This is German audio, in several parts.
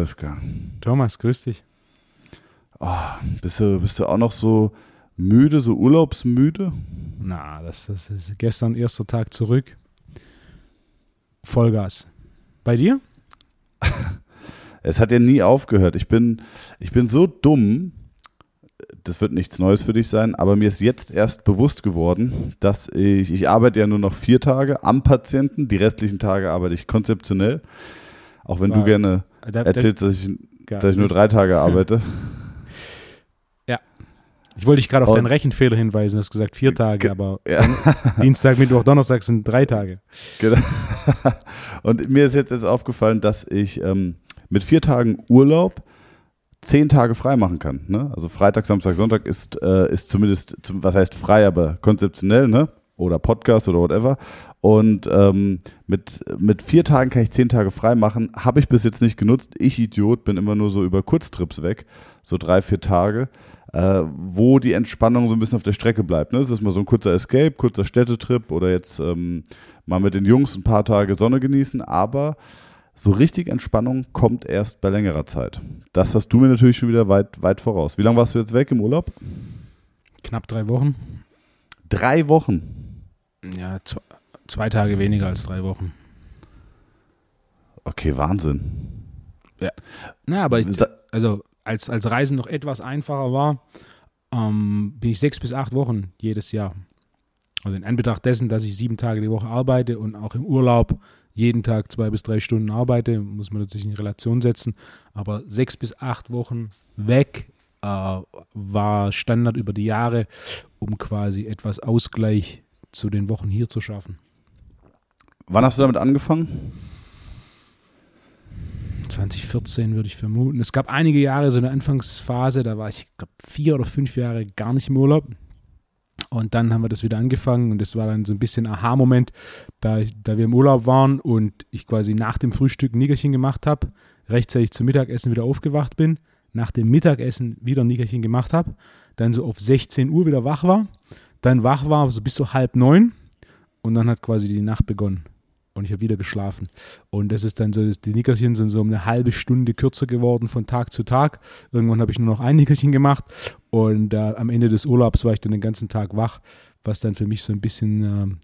Wolfgang. Thomas, grüß dich. Oh, bist du auch noch so müde, so urlaubsmüde? Na, das ist gestern erster Tag zurück. Vollgas. Bei dir? Es hat ja nie aufgehört. Ich bin so dumm, das wird nichts Neues für dich sein, aber mir ist jetzt erst bewusst geworden, dass ich arbeite ja nur noch 4 Tage am Patienten, die restlichen Tage arbeite ich konzeptionell. Auch wenn du gerne erzählst, dass ich nur 3 Tage arbeite. Ja. Ich wollte dich gerade auf deinen Rechenfehler hinweisen, du hast gesagt 4 Tage, aber Dienstag, Mittwoch, Donnerstag sind 3 Tage. Genau. Und mir ist jetzt erst aufgefallen, dass ich mit 4 Tagen Urlaub 10 Tage frei machen kann. Ne? Also Freitag, Samstag, Sonntag ist zumindest, was heißt frei, aber konzeptionell, ne? Oder Podcast oder whatever. Und mit 4 Tagen kann ich 10 Tage frei machen. Habe ich bis jetzt nicht genutzt. Ich, Idiot, bin immer nur so über Kurztrips weg. So 3-4 Tage, wo die Entspannung so ein bisschen auf der Strecke bleibt. Ne? Es ist mal so ein kurzer Escape, kurzer Städtetrip oder jetzt mal mit den Jungs ein paar Tage Sonne genießen. Aber so richtig Entspannung kommt erst bei längerer Zeit. Das hast du mir natürlich schon wieder weit voraus. Wie lange warst du jetzt weg im Urlaub? Knapp 3 Wochen. 3 Wochen? Ja, 2 Tage weniger als 3 Wochen. Okay, Wahnsinn. Ja. Na, aber als Reisen noch etwas einfacher war, bin ich 6 bis 8 Wochen jedes Jahr. Also in Anbetracht dessen, dass ich 7 Tage die Woche arbeite und auch im Urlaub jeden Tag 2 bis 3 Stunden arbeite, muss man natürlich in Relation setzen. Aber 6 bis 8 Wochen weg war Standard über die Jahre, um quasi etwas Ausgleich zu den Wochen hier zu schaffen. Wann hast du damit angefangen? 2014 würde ich vermuten. Es gab einige Jahre, so eine Anfangsphase, da war ich, glaube 4 oder 5 Jahre gar nicht im Urlaub. Und dann haben wir das wieder angefangen und das war dann so ein bisschen Aha-Moment, da wir im Urlaub waren und ich quasi nach dem Frühstück ein Nickerchen gemacht habe, rechtzeitig zum Mittagessen wieder aufgewacht bin, nach dem Mittagessen wieder ein Nickerchen gemacht habe, dann so auf 16 Uhr wieder wach war, dann wach war so bis so 8:30 und dann hat quasi die Nacht begonnen. Und ich habe wieder geschlafen. Und das ist dann so, die Nickerchen sind so um eine halbe Stunde kürzer geworden von Tag zu Tag. Irgendwann habe ich nur noch ein Nickerchen gemacht und am Ende des Urlaubs war ich dann den ganzen Tag wach, was dann für mich so ein bisschen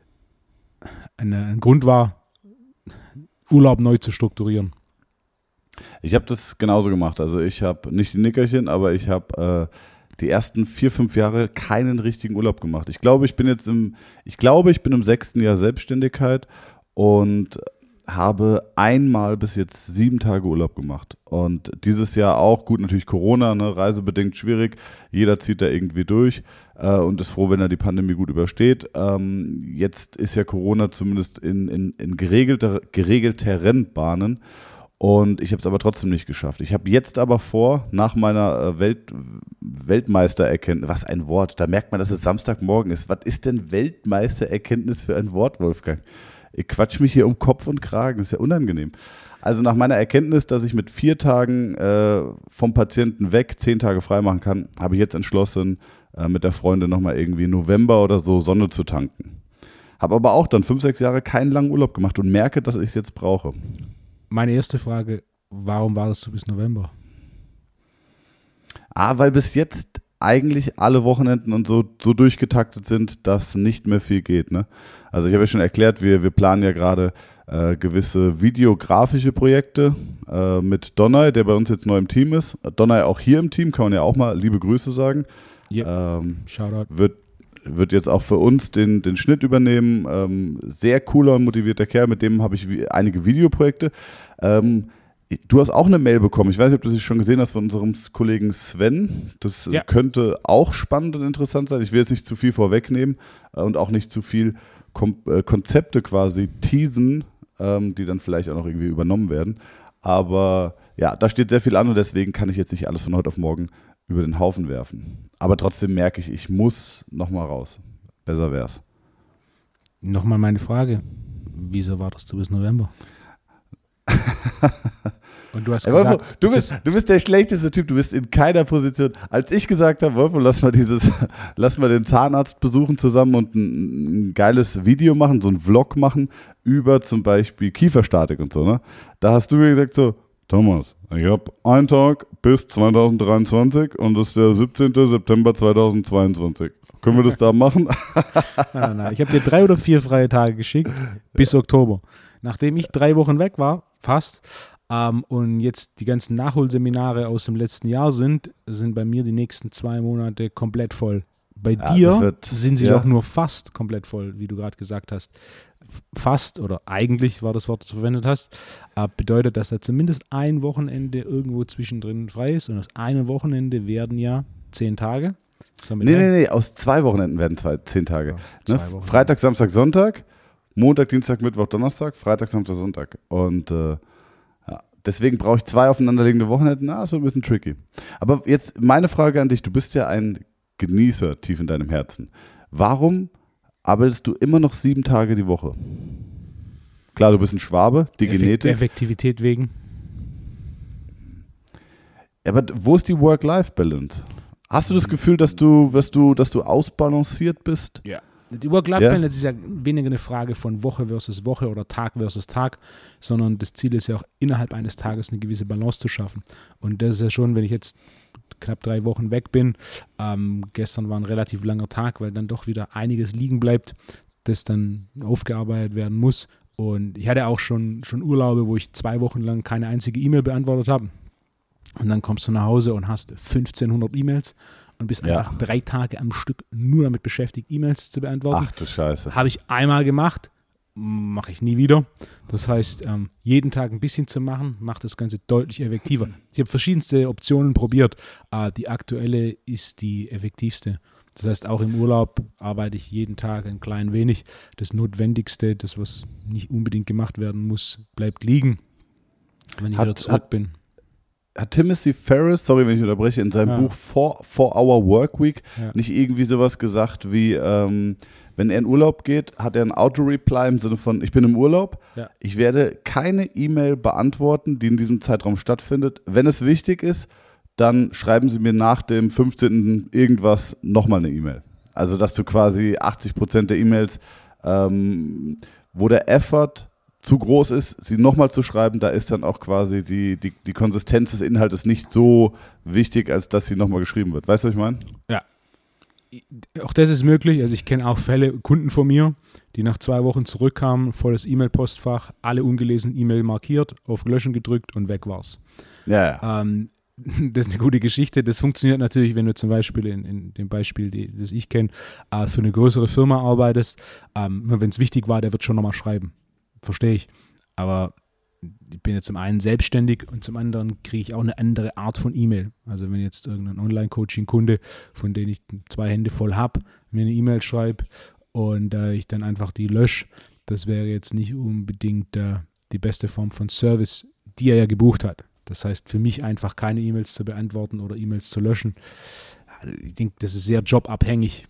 ein Grund war, Urlaub neu zu strukturieren. Ich habe das genauso gemacht. Also ich habe nicht die Nickerchen, aber ich habe die ersten 4-5 Jahre keinen richtigen Urlaub gemacht. Ich glaube, ich bin im 6. Jahr Selbstständigkeit und habe einmal bis jetzt 7 Tage Urlaub gemacht. Und dieses Jahr auch, gut, natürlich Corona, ne, reisebedingt schwierig. Jeder zieht da irgendwie durch und ist froh, wenn er die Pandemie gut übersteht. Jetzt ist ja Corona zumindest in geregelteren Bahnen. Und ich habe es aber trotzdem nicht geschafft. Ich habe jetzt aber vor, nach meiner Weltmeistererkenntnis, was ein Wort, da merkt man, dass es Samstagmorgen ist. Was ist denn Weltmeistererkenntnis für ein Wort, Wolfgang? Ich quatsch mich hier um Kopf und Kragen, ist ja unangenehm. Also nach meiner Erkenntnis, dass ich mit 4 Tagen vom Patienten weg 10 Tage frei machen kann, habe ich jetzt entschlossen, mit der Freundin nochmal irgendwie im November oder so Sonne zu tanken. Habe aber auch dann 5-6 Jahre keinen langen Urlaub gemacht und merke, dass ich es jetzt brauche. Meine erste Frage, warum wartest du bis November? Weil bis jetzt eigentlich alle Wochenenden und so durchgetaktet sind, dass nicht mehr viel geht. Ne? Also ich habe ja schon erklärt, wir planen ja gerade gewisse videografische Projekte mit Donai, der bei uns jetzt neu im Team ist. Donai auch hier im Team, kann man ja auch mal liebe Grüße sagen. Yep. Shoutout. Wird jetzt auch für uns den Schnitt übernehmen. Sehr cooler und motivierter Kerl, mit dem habe ich einige Videoprojekte. Du hast auch eine Mail bekommen. Ich weiß nicht, ob du sie schon gesehen hast von unserem Kollegen Sven. Das könnte auch spannend und interessant sein. Ich will jetzt nicht zu viel vorwegnehmen und auch nicht zu viel Konzepte quasi teasen, die dann vielleicht auch noch irgendwie übernommen werden. Aber ja, da steht sehr viel an und deswegen kann ich jetzt nicht alles von heute auf morgen über den Haufen werfen. Aber trotzdem merke ich muss nochmal raus. Besser wär's. Nochmal meine Frage. Wieso wartest du bis November? Und du hast gesagt, Wolfo, du bist der schlechteste Typ, du bist in keiner Position. Als ich gesagt habe, Wolfo, lass mal den Zahnarzt besuchen zusammen und ein geiles Video machen, so ein Vlog machen über zum Beispiel Kieferstatik und so, ne? Da hast du mir gesagt so, Thomas, ich habe einen Tag bis 2023 und das ist der 17. September 2022. Können wir das da machen? Nein. Ich habe dir 3 oder 4 freie Tage geschickt bis Oktober. Nachdem ich 3 Wochen weg war, fast, und jetzt die ganzen Nachholseminare aus dem letzten Jahr sind bei mir die nächsten 2 Monate komplett voll. Bei dir sind sie doch nur fast komplett voll, wie du gerade gesagt hast. Fast, oder eigentlich war das Wort, das du verwendet hast, bedeutet, dass da zumindest ein Wochenende irgendwo zwischendrin frei ist. Und aus einem Wochenende werden ja 10 Tage. Nee, aus 2 Wochenenden werden 10 Tage. Ja, ne? Freitag, Samstag, Sonntag, Montag, Dienstag, Mittwoch, Donnerstag, Freitag, Samstag, Sonntag. Und deswegen brauche ich 2 aufeinanderliegende Wochenenden. Das wird ein bisschen tricky. Aber jetzt meine Frage an dich, du bist ja ein Genießer tief in deinem Herzen. Warum arbeitest du immer noch 7 Tage die Woche? Klar, du bist ein Schwabe, die Genetik. Effektivität wegen. Aber wo ist die Work-Life-Balance? Hast du das Gefühl, dass du ausbalanciert bist? Ja. Die Work-Life-Balance ist ja weniger eine Frage von Woche versus Woche oder Tag versus Tag, sondern das Ziel ist ja auch innerhalb eines Tages eine gewisse Balance zu schaffen. Und das ist ja schon, wenn ich jetzt knapp 3 Wochen weg bin, gestern war ein relativ langer Tag, weil dann doch wieder einiges liegen bleibt, das dann aufgearbeitet werden muss. Und ich hatte auch schon Urlaube, wo ich 2 Wochen lang keine einzige E-Mail beantwortet habe. Und dann kommst du nach Hause und hast 1500 E-Mails und bist einfach 3 Tage am Stück nur damit beschäftigt, E-Mails zu beantworten. Ach du Scheiße. Habe ich einmal gemacht, mache ich nie wieder. Das heißt, jeden Tag ein bisschen zu machen, macht das Ganze deutlich effektiver. Ich habe verschiedenste Optionen probiert. Die aktuelle ist die effektivste. Das heißt, auch im Urlaub arbeite ich jeden Tag ein klein wenig. Das Notwendigste, das, was nicht unbedingt gemacht werden muss, bleibt liegen, wenn ich wieder zurück bin. Hat Timothy Ferriss, sorry, wenn ich unterbreche, in seinem Buch 4-Hour Workweek nicht irgendwie sowas gesagt wie, wenn er in Urlaub geht, hat er ein Auto-Reply im Sinne von, ich bin im Urlaub, ich werde keine E-Mail beantworten, die in diesem Zeitraum stattfindet. Wenn es wichtig ist, dann schreiben Sie mir nach dem 15. irgendwas nochmal eine E-Mail. Also, dass du quasi 80% der E-Mails, wo der Effort zu groß ist, sie nochmal zu schreiben, da ist dann auch quasi die Konsistenz des Inhaltes nicht so wichtig, als dass sie nochmal geschrieben wird. Weißt du, was ich meine? Ja. Auch das ist möglich. Also ich kenne auch Fälle, Kunden von mir, die nach 2 Wochen zurückkamen, volles E-Mail-Postfach, alle ungelesen E-Mail markiert, auf Löschen gedrückt und weg war's. Ja. Das ist eine gute Geschichte. Das funktioniert natürlich, wenn du zum Beispiel in dem Beispiel, das ich kenne, für eine größere Firma arbeitest. Wenn es wichtig war, der wird schon nochmal schreiben. Verstehe ich. Aber ich bin ja zum einen selbstständig und zum anderen kriege ich auch eine andere Art von E-Mail. Also wenn jetzt irgendein Online-Coaching-Kunde, von dem ich 2 Hände voll habe, mir eine E-Mail schreibt und ich dann einfach die lösche, das wäre jetzt nicht unbedingt die beste Form von Service, die er ja gebucht hat. Das heißt, für mich einfach keine E-Mails zu beantworten oder E-Mails zu löschen. Ich denke, das ist sehr jobabhängig.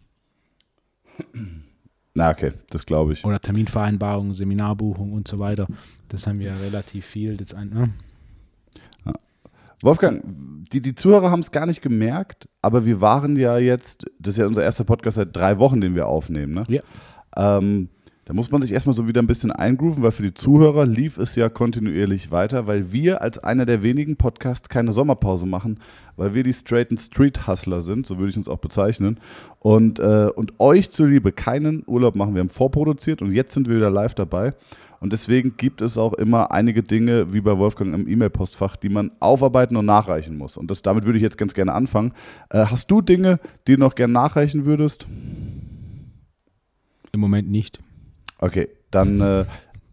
Na okay, das glaube ich. Oder Terminvereinbarung, Seminarbuchung und so weiter. Das haben wir ja relativ viel. Ne? Ja. Wolfgang, die Zuhörer haben es gar nicht gemerkt, aber wir waren ja jetzt, das ist ja unser erster Podcast seit 3 Wochen, den wir aufnehmen. Ne? Ja. Da muss man sich erstmal so wieder ein bisschen eingrooven, weil für die Zuhörer lief es ja kontinuierlich weiter, weil wir als einer der wenigen Podcasts keine Sommerpause machen, weil wir die straighten Street Hustler sind, so würde ich uns auch bezeichnen. Und euch zuliebe keinen Urlaub machen. Wir haben vorproduziert und jetzt sind wir wieder live dabei. Und deswegen gibt es auch immer einige Dinge, wie bei Wolfgang im E-Mail-Postfach, die man aufarbeiten und nachreichen muss. Und damit würde ich jetzt ganz gerne anfangen. Hast du Dinge, die du noch gerne nachreichen würdest? Im Moment nicht. Okay, dann du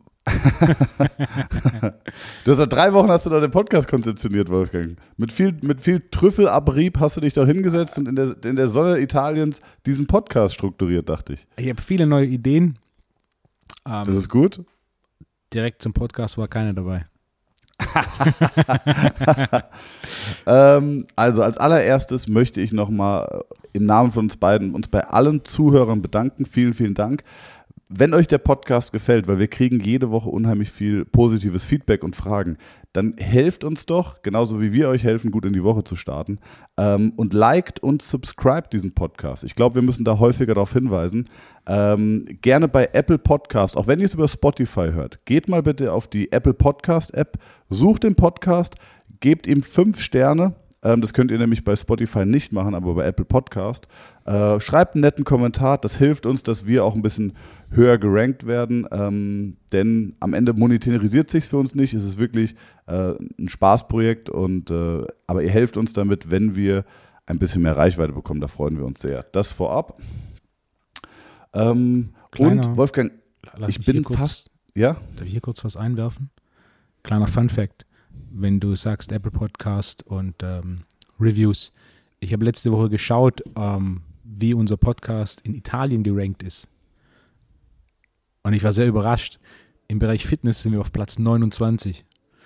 hast seit 3 Wochen hast du da den Podcast konzeptioniert, Wolfgang. Mit viel Trüffelabrieb hast du dich da hingesetzt und in der Sonne Italiens diesen Podcast strukturiert, dachte ich. Ich habe viele neue Ideen. Das ist gut. Direkt zum Podcast war keine dabei. Also als allererstes möchte ich nochmal im Namen von uns beiden uns bei allen Zuhörern bedanken. Vielen, vielen Dank. wenn euch der Podcast gefällt, weil wir kriegen jede Woche unheimlich viel positives Feedback und Fragen, dann helft uns doch, genauso wie wir euch helfen, gut in die Woche zu starten, und liked und subscribt diesen Podcast. Ich glaube, wir müssen da häufiger darauf hinweisen. Gerne bei Apple Podcast, auch wenn ihr es über Spotify hört, geht mal bitte auf die Apple Podcast App, sucht den Podcast, gebt ihm 5 Sterne. Das könnt ihr nämlich bei Spotify nicht machen, aber bei Apple Podcast. Schreibt einen netten Kommentar, das hilft uns, dass wir auch ein bisschen höher gerankt werden, denn am Ende monetarisiert sich für uns nicht, es ist wirklich ein Spaßprojekt, aber ihr helft uns damit, wenn wir ein bisschen mehr Reichweite bekommen, da freuen wir uns sehr. Das vorab. Und Wolfgang, ich bin fast... Ja? Darf ich hier kurz was einwerfen? Kleiner Fun-Fact. Wenn du sagst Apple Podcast und Reviews. Ich habe letzte Woche geschaut, wie unser Podcast in Italien gerankt ist. Und ich war sehr überrascht. Im Bereich Fitness sind wir auf Platz 29.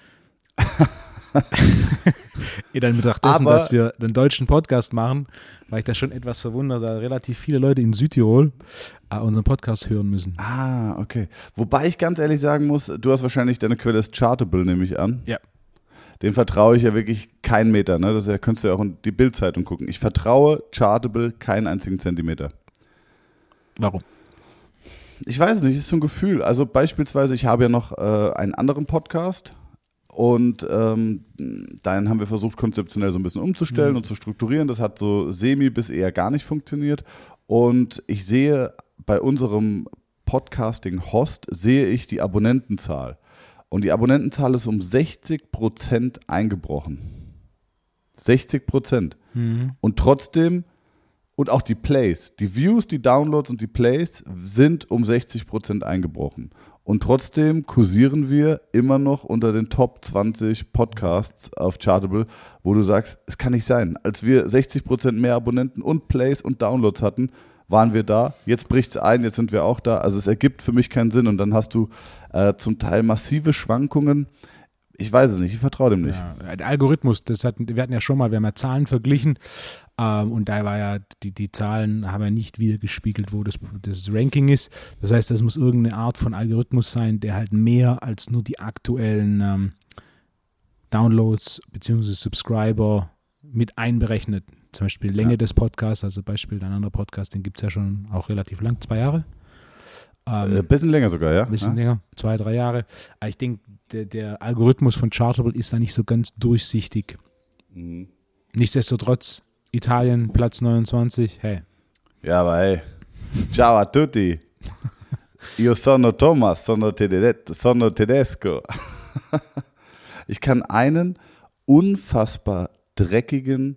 In Anbetracht dessen, dass wir den deutschen Podcast machen, war ich da schon etwas verwundert, da relativ viele Leute in Südtirol unseren Podcast hören müssen. Ah, okay. Wobei ich ganz ehrlich sagen muss, du hast wahrscheinlich, deine Quelle ist Chartable, nehme ich an. Ja. Dem vertraue ich ja wirklich keinen Meter. Ne? Das könntest du ja auch in die Bild-Zeitung gucken. Ich vertraue Chartable keinen einzigen Zentimeter. Warum? Ich weiß nicht, ist so ein Gefühl. Also beispielsweise, ich habe ja noch einen anderen Podcast und dann haben wir versucht, konzeptionell so ein bisschen umzustellen und zu strukturieren. Das hat so semi bis eher gar nicht funktioniert. Und ich sehe bei unserem Podcasting-Host, sehe ich die Abonnentenzahl. Und die Abonnentenzahl ist um 60% eingebrochen. 60%. Und trotzdem, und auch die Plays, die Views, die Downloads und die Plays sind um 60% eingebrochen. Und trotzdem kursieren wir immer noch unter den Top 20 Podcasts auf Chartable, wo du sagst, es kann nicht sein. Als wir 60% mehr Abonnenten und Plays und Downloads hatten, waren wir da. Jetzt bricht es ein, jetzt sind wir auch da. Also es ergibt für mich keinen Sinn. Und dann hast du zum Teil massive Schwankungen. Ich weiß es nicht, ich vertraue dem nicht. Ja, der Algorithmus, wir hatten ja schon mal, wir haben ja Zahlen verglichen und da war ja, die Zahlen haben ja nicht wiedergespiegelt, wo das Ranking ist. Das heißt, das muss irgendeine Art von Algorithmus sein, der halt mehr als nur die aktuellen Downloads bzw. Subscriber mit einberechnet. Zum Beispiel Länge des Podcasts, also Beispiel ein anderer Podcast, den gibt es ja schon auch relativ lang, 2 Jahre. Bisschen länger sogar, ja? Ein bisschen länger, 2, 3 Jahre. Aber ich denke, der Algorithmus von Chartable ist da nicht so ganz durchsichtig. Nichtsdestotrotz, Italien, Platz 29, hey. Ja, aber hey, ciao a tutti. Io sono Thomas, sono tedesco. Ich kann einen unfassbar dreckigen,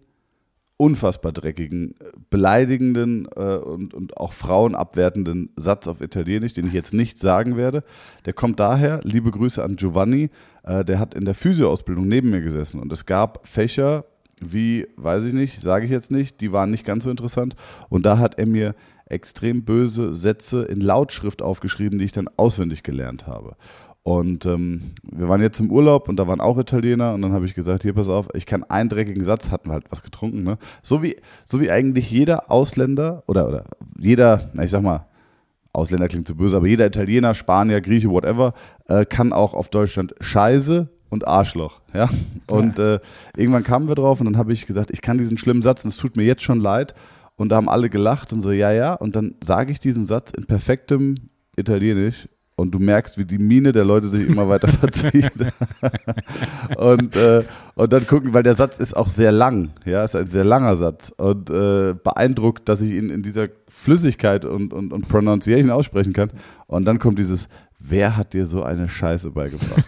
beleidigenden und auch Frauen abwertenden Satz auf Italienisch, den ich jetzt nicht sagen werde. Der kommt daher, liebe Grüße an Giovanni, der hat in der Physioausbildung neben mir gesessen und es gab Fächer wie, weiß ich nicht, sage ich jetzt nicht, die waren nicht ganz so interessant und da hat er mir extrem böse Sätze in Lautschrift aufgeschrieben, die ich dann auswendig gelernt habe. Und wir waren jetzt im Urlaub und da waren auch Italiener und dann habe ich gesagt, hier pass auf, ich kann einen dreckigen Satz, hatten wir halt was getrunken, ne? So wie eigentlich jeder Ausländer oder jeder, ich sag mal, Ausländer klingt zu böse, aber jeder Italiener, Spanier, Grieche, whatever, kann auch auf Deutschland Scheiße und Arschloch, ja? Und irgendwann kamen wir drauf und dann habe ich gesagt, ich kann diesen schlimmen Satz und es tut mir jetzt schon leid und da haben alle gelacht und so, ja und dann sage ich diesen Satz in perfektem Italienisch. Und du merkst, wie die Miene der Leute sich immer weiter verzieht. und dann gucken, weil der Satz ist auch sehr lang. Ja, ist ein sehr langer Satz. Und beeindruckt, dass ich ihn in dieser Flüssigkeit und Pronunciation aussprechen kann. Und dann kommt dieses, wer hat dir so eine Scheiße beigebracht?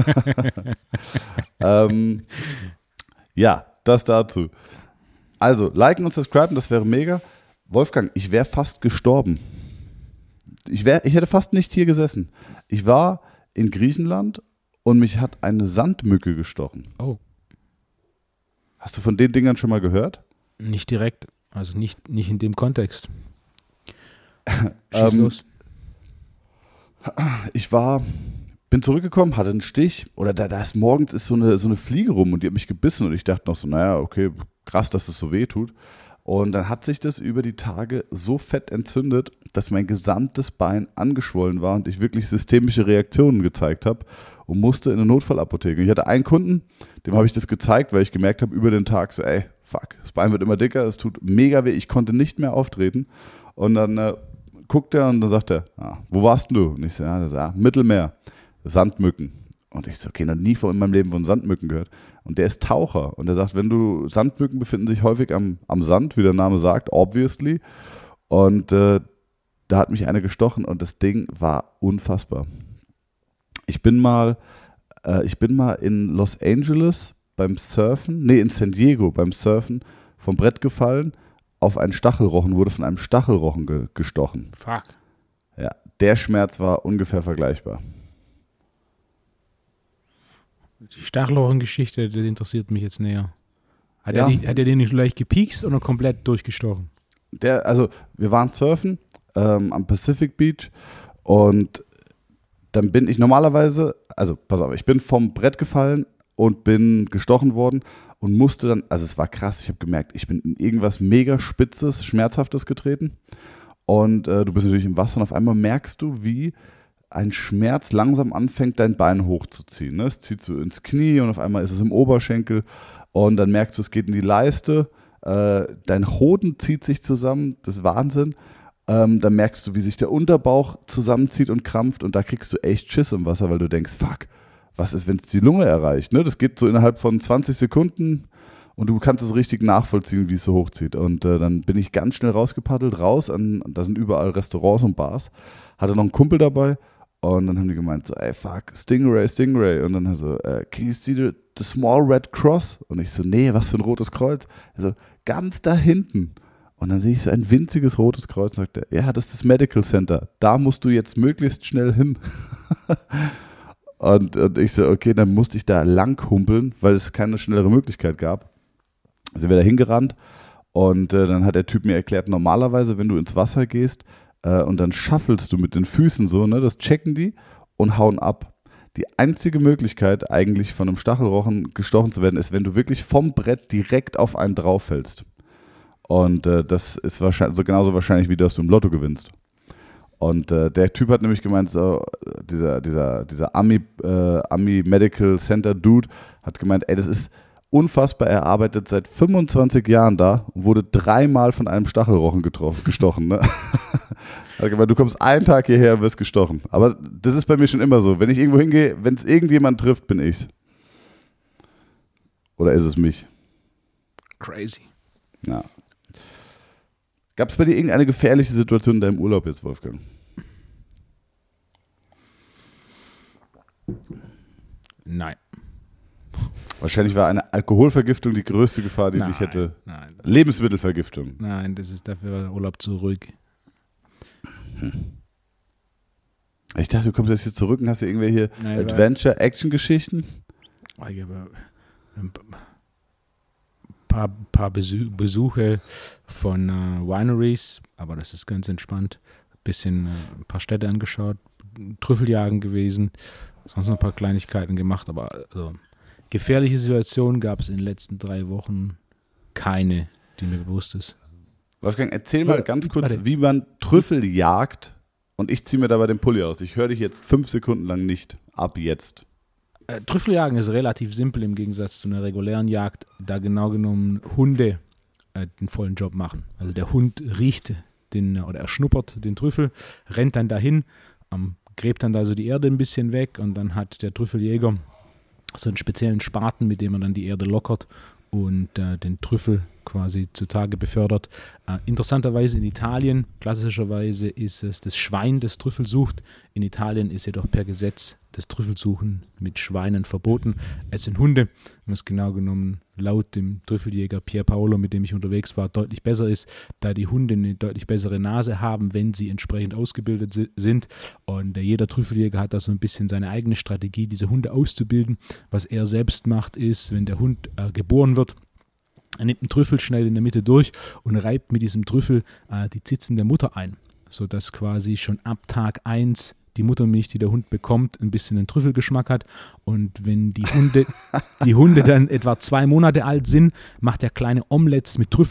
Ja, das dazu. Also, liken und subscriben, das wäre mega. Wolfgang, ich wäre fast gestorben. Ich hätte fast nicht hier gesessen. Ich war in Griechenland und mich hat eine Sandmücke gestochen. Oh. Hast du von den Dingern schon mal gehört? Nicht direkt, also nicht in dem Kontext. Schieß los. Ich bin zurückgekommen, hatte einen Stich oder da ist morgens so eine Fliege rum und die hat mich gebissen und ich dachte noch so, naja, okay, krass, dass das so weh tut. Und dann hat sich das über die Tage so fett entzündet, dass mein gesamtes Bein angeschwollen war und ich wirklich systemische Reaktionen gezeigt habe und musste in eine Notfallapotheke. Ich hatte einen Kunden, dem habe ich das gezeigt, weil ich gemerkt habe über den Tag so, ey, fuck, das Bein wird immer dicker, es tut mega weh, ich konnte nicht mehr auftreten. Und dann guckt er und dann sagt er, wo warst du? Und ich so, Mittelmeer, Sandmücken. Und ich so, okay, noch nie in meinem Leben von Sandmücken gehört. Und der ist Taucher. Und der sagt, Sandmücken befinden sich häufig am Sand, wie der Name sagt, obviously. Und da hat mich einer gestochen und das Ding war unfassbar. Ich bin mal in Los Angeles in San Diego beim Surfen vom Brett gefallen, auf einen Stachelrochen, wurde von einem Stachelrochen gestochen. Fuck. Ja, der Schmerz war ungefähr vergleichbar. Die Stachelrochen-Geschichte, das interessiert mich jetzt näher. Hat er den nicht leicht gepiekst oder komplett durchgestochen? Wir waren surfen am Pacific Beach und dann bin ich normalerweise, pass auf, ich bin vom Brett gefallen und bin gestochen worden und musste dann, es war krass, ich habe gemerkt, ich bin in irgendwas mega Spitzes, Schmerzhaftes getreten und du bist natürlich im Wasser und auf einmal merkst du, wie ein Schmerz langsam anfängt, dein Bein hochzuziehen. Ne? Es zieht so ins Knie und auf einmal ist es im Oberschenkel und dann merkst du, es geht in die Leiste, dein Hoden zieht sich zusammen, das ist Wahnsinn. Dann merkst du, wie sich der Unterbauch zusammenzieht und krampft und da kriegst du echt Schiss im Wasser, weil du denkst, fuck, was ist, wenn es die Lunge erreicht? Ne? Das geht so innerhalb von 20 Sekunden und du kannst es richtig nachvollziehen, wie es so hochzieht. Und dann bin ich ganz schnell rausgepaddelt, da sind überall Restaurants und Bars, hatte noch einen Kumpel dabei. Und dann haben die gemeint, so, ey, fuck, Stingray. Und dann so, can you see the small red cross? Und ich so, nee, was für ein rotes Kreuz? Also, ganz da hinten. Und dann sehe ich so ein winziges rotes Kreuz und sagt er, ja, das ist das Medical Center. Da musst du jetzt möglichst schnell hin. und ich so, okay, dann musste ich da lang humpeln, weil es keine schnellere Möglichkeit gab. Also wir da hingerannt und dann hat der Typ mir erklärt, normalerweise, wenn du ins Wasser gehst, und dann schaffelst du mit den Füßen so, ne, das checken die und hauen ab. Die einzige Möglichkeit, eigentlich von einem Stachelrochen gestochen zu werden, ist, wenn du wirklich vom Brett direkt auf einen drauf fällst. Und das ist wahrscheinlich so genauso wahrscheinlich, wie dass du im Lotto gewinnst. Und der Typ hat nämlich gemeint, so, dieser Army Medical Center Dude hat gemeint, ey, das ist unfassbar, er arbeitet seit 25 Jahren da und wurde 3-mal von einem Stachelrochen gestochen. Ne? Du kommst einen Tag hierher und wirst gestochen. Aber das ist bei mir schon immer so. Wenn ich irgendwo hingehe, wenn es irgendjemand trifft, bin ich's. Oder ist es mich? Crazy. Ja. Gab es bei dir irgendeine gefährliche Situation in deinem Urlaub jetzt, Wolfgang? Nein. Wahrscheinlich war eine Alkoholvergiftung die größte Gefahr, die ich hätte. Nein. Lebensmittelvergiftung. Nein, das ist dafür Urlaub zu ruhig. Ich dachte, du kommst jetzt hier zurück und hast hier irgendwelche Adventure-Action-Geschichten. Ich habe ein paar Besuche von Wineries, aber das ist ganz entspannt. Ein paar Städte angeschaut, Trüffeljagen gewesen, sonst noch ein paar Kleinigkeiten gemacht, aber gefährliche Situationen gab es in den letzten 3 Wochen keine, die mir bewusst ist. Wolfgang, erzähl mal ganz kurz, wie man Trüffel jagt und ich ziehe mir dabei den Pulli aus. Ich höre dich jetzt 5 Sekunden lang nicht. Ab jetzt. Trüffeljagen ist relativ simpel im Gegensatz zu einer regulären Jagd, da genau genommen Hunde den vollen Job machen. Also der Hund riecht oder er schnuppert den Trüffel, rennt dann dahin, gräbt dann da so die Erde ein bisschen weg und dann hat der Trüffeljäger so einen speziellen Spaten, mit dem er dann die Erde lockert und den Trüffel quasi zutage befördert. Interessanterweise in Italien, klassischerweise ist es das Schwein, das Trüffel sucht. In Italien ist jedoch per Gesetz das Trüffelsuchen mit Schweinen verboten. Es sind Hunde, was genau genommen laut dem Trüffeljäger Pier Paolo, mit dem ich unterwegs war, deutlich besser ist, da die Hunde eine deutlich bessere Nase haben, wenn sie entsprechend ausgebildet sind. Und jeder Trüffeljäger hat da so ein bisschen seine eigene Strategie, diese Hunde auszubilden. Was er selbst macht, ist, wenn der Hund geboren wird, er nimmt einen Trüffel schnell in der Mitte durch und reibt mit diesem Trüffel die Zitzen der Mutter ein, sodass quasi schon ab Tag 1 die Muttermilch, die der Hund bekommt, ein bisschen einen Trüffelgeschmack hat. Und wenn die Hunde dann etwa 2 Monate alt sind, macht er kleine Omelettes mit Trüffel.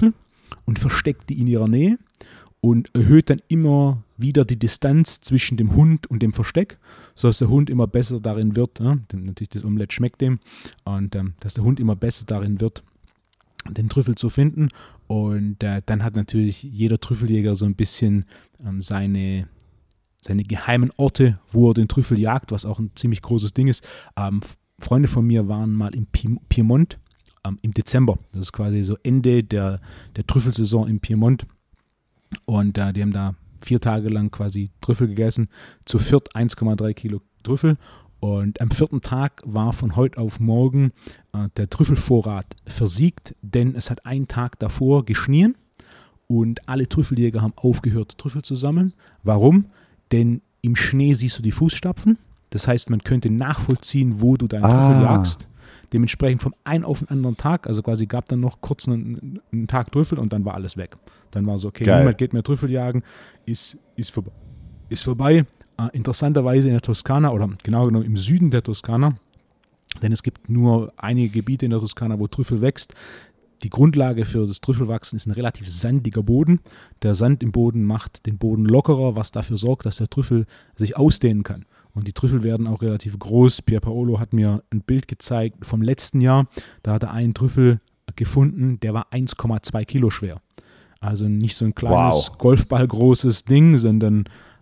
und versteckt die in ihrer Nähe und erhöht dann immer wieder die Distanz zwischen dem Hund und dem Versteck, sodass der Hund immer besser darin wird, natürlich das Omelett schmeckt dem, und dass der Hund immer besser darin wird, den Trüffel zu finden. Und dann hat natürlich jeder Trüffeljäger so ein bisschen seine geheimen Orte, wo er den Trüffel jagt, was auch ein ziemlich großes Ding ist. Freunde von mir waren mal im Piemont im Dezember. Das ist quasi so Ende der Trüffelsaison im Piemont. Und die haben da 4 Tage lang quasi Trüffel gegessen, zu viert 1,3 Kilo Trüffel. Und am 4. Tag war von heute auf morgen der Trüffelvorrat versiegt, denn es hat einen Tag davor geschnien und alle Trüffeljäger haben aufgehört, Trüffel zu sammeln. Warum? Denn im Schnee siehst du die Fußstapfen. Das heißt, man könnte nachvollziehen, wo du deinen Trüffel jagst. Dementsprechend vom einen auf den anderen Tag, also quasi gab dann noch kurz einen Tag Trüffel und dann war alles weg. Dann war so, okay, Geil. Niemand geht mehr Trüffel jagen, ist vorbei. Interessanterweise in der Toskana oder genau genommen im Süden der Toskana, denn es gibt nur einige Gebiete in der Toskana, wo Trüffel wächst. Die Grundlage für das Trüffelwachsen ist ein relativ sandiger Boden. Der Sand im Boden macht den Boden lockerer, was dafür sorgt, dass der Trüffel sich ausdehnen kann. Und die Trüffel werden auch relativ groß. Pier Paolo hat mir ein Bild gezeigt vom letzten Jahr. Da hat er einen Trüffel gefunden, der war 1,2 Kilo schwer. Also nicht so ein kleines Golfballgroßes Ding, sondern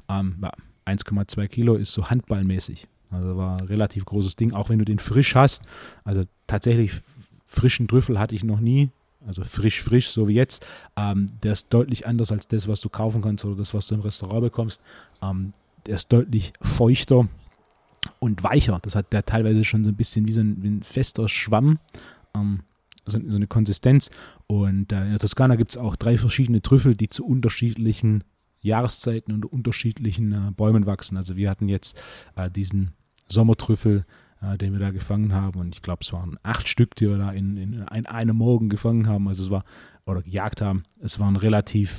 1,2 Kilo ist so handballmäßig. Also war ein relativ großes Ding, auch wenn du den frisch hast. Also tatsächlich frischen Trüffel hatte ich noch nie. Also frisch, so wie jetzt. Der ist deutlich anders als das, was du kaufen kannst oder das, was du im Restaurant bekommst. Der ist deutlich feuchter und weicher. Das hat der teilweise schon so ein bisschen wie so ein fester Schwamm, so eine Konsistenz. Und in der Toskana gibt es auch 3 verschiedene Trüffel, die zu unterschiedlichen Jahreszeiten und unterschiedlichen Bäumen wachsen. Also wir hatten jetzt diesen Sommertrüffel, den wir da gefangen haben. Und ich glaube, es waren 8 Stück, die wir da in einem Morgen gefangen haben. Also es war, oder gejagt haben. Es war ein relativ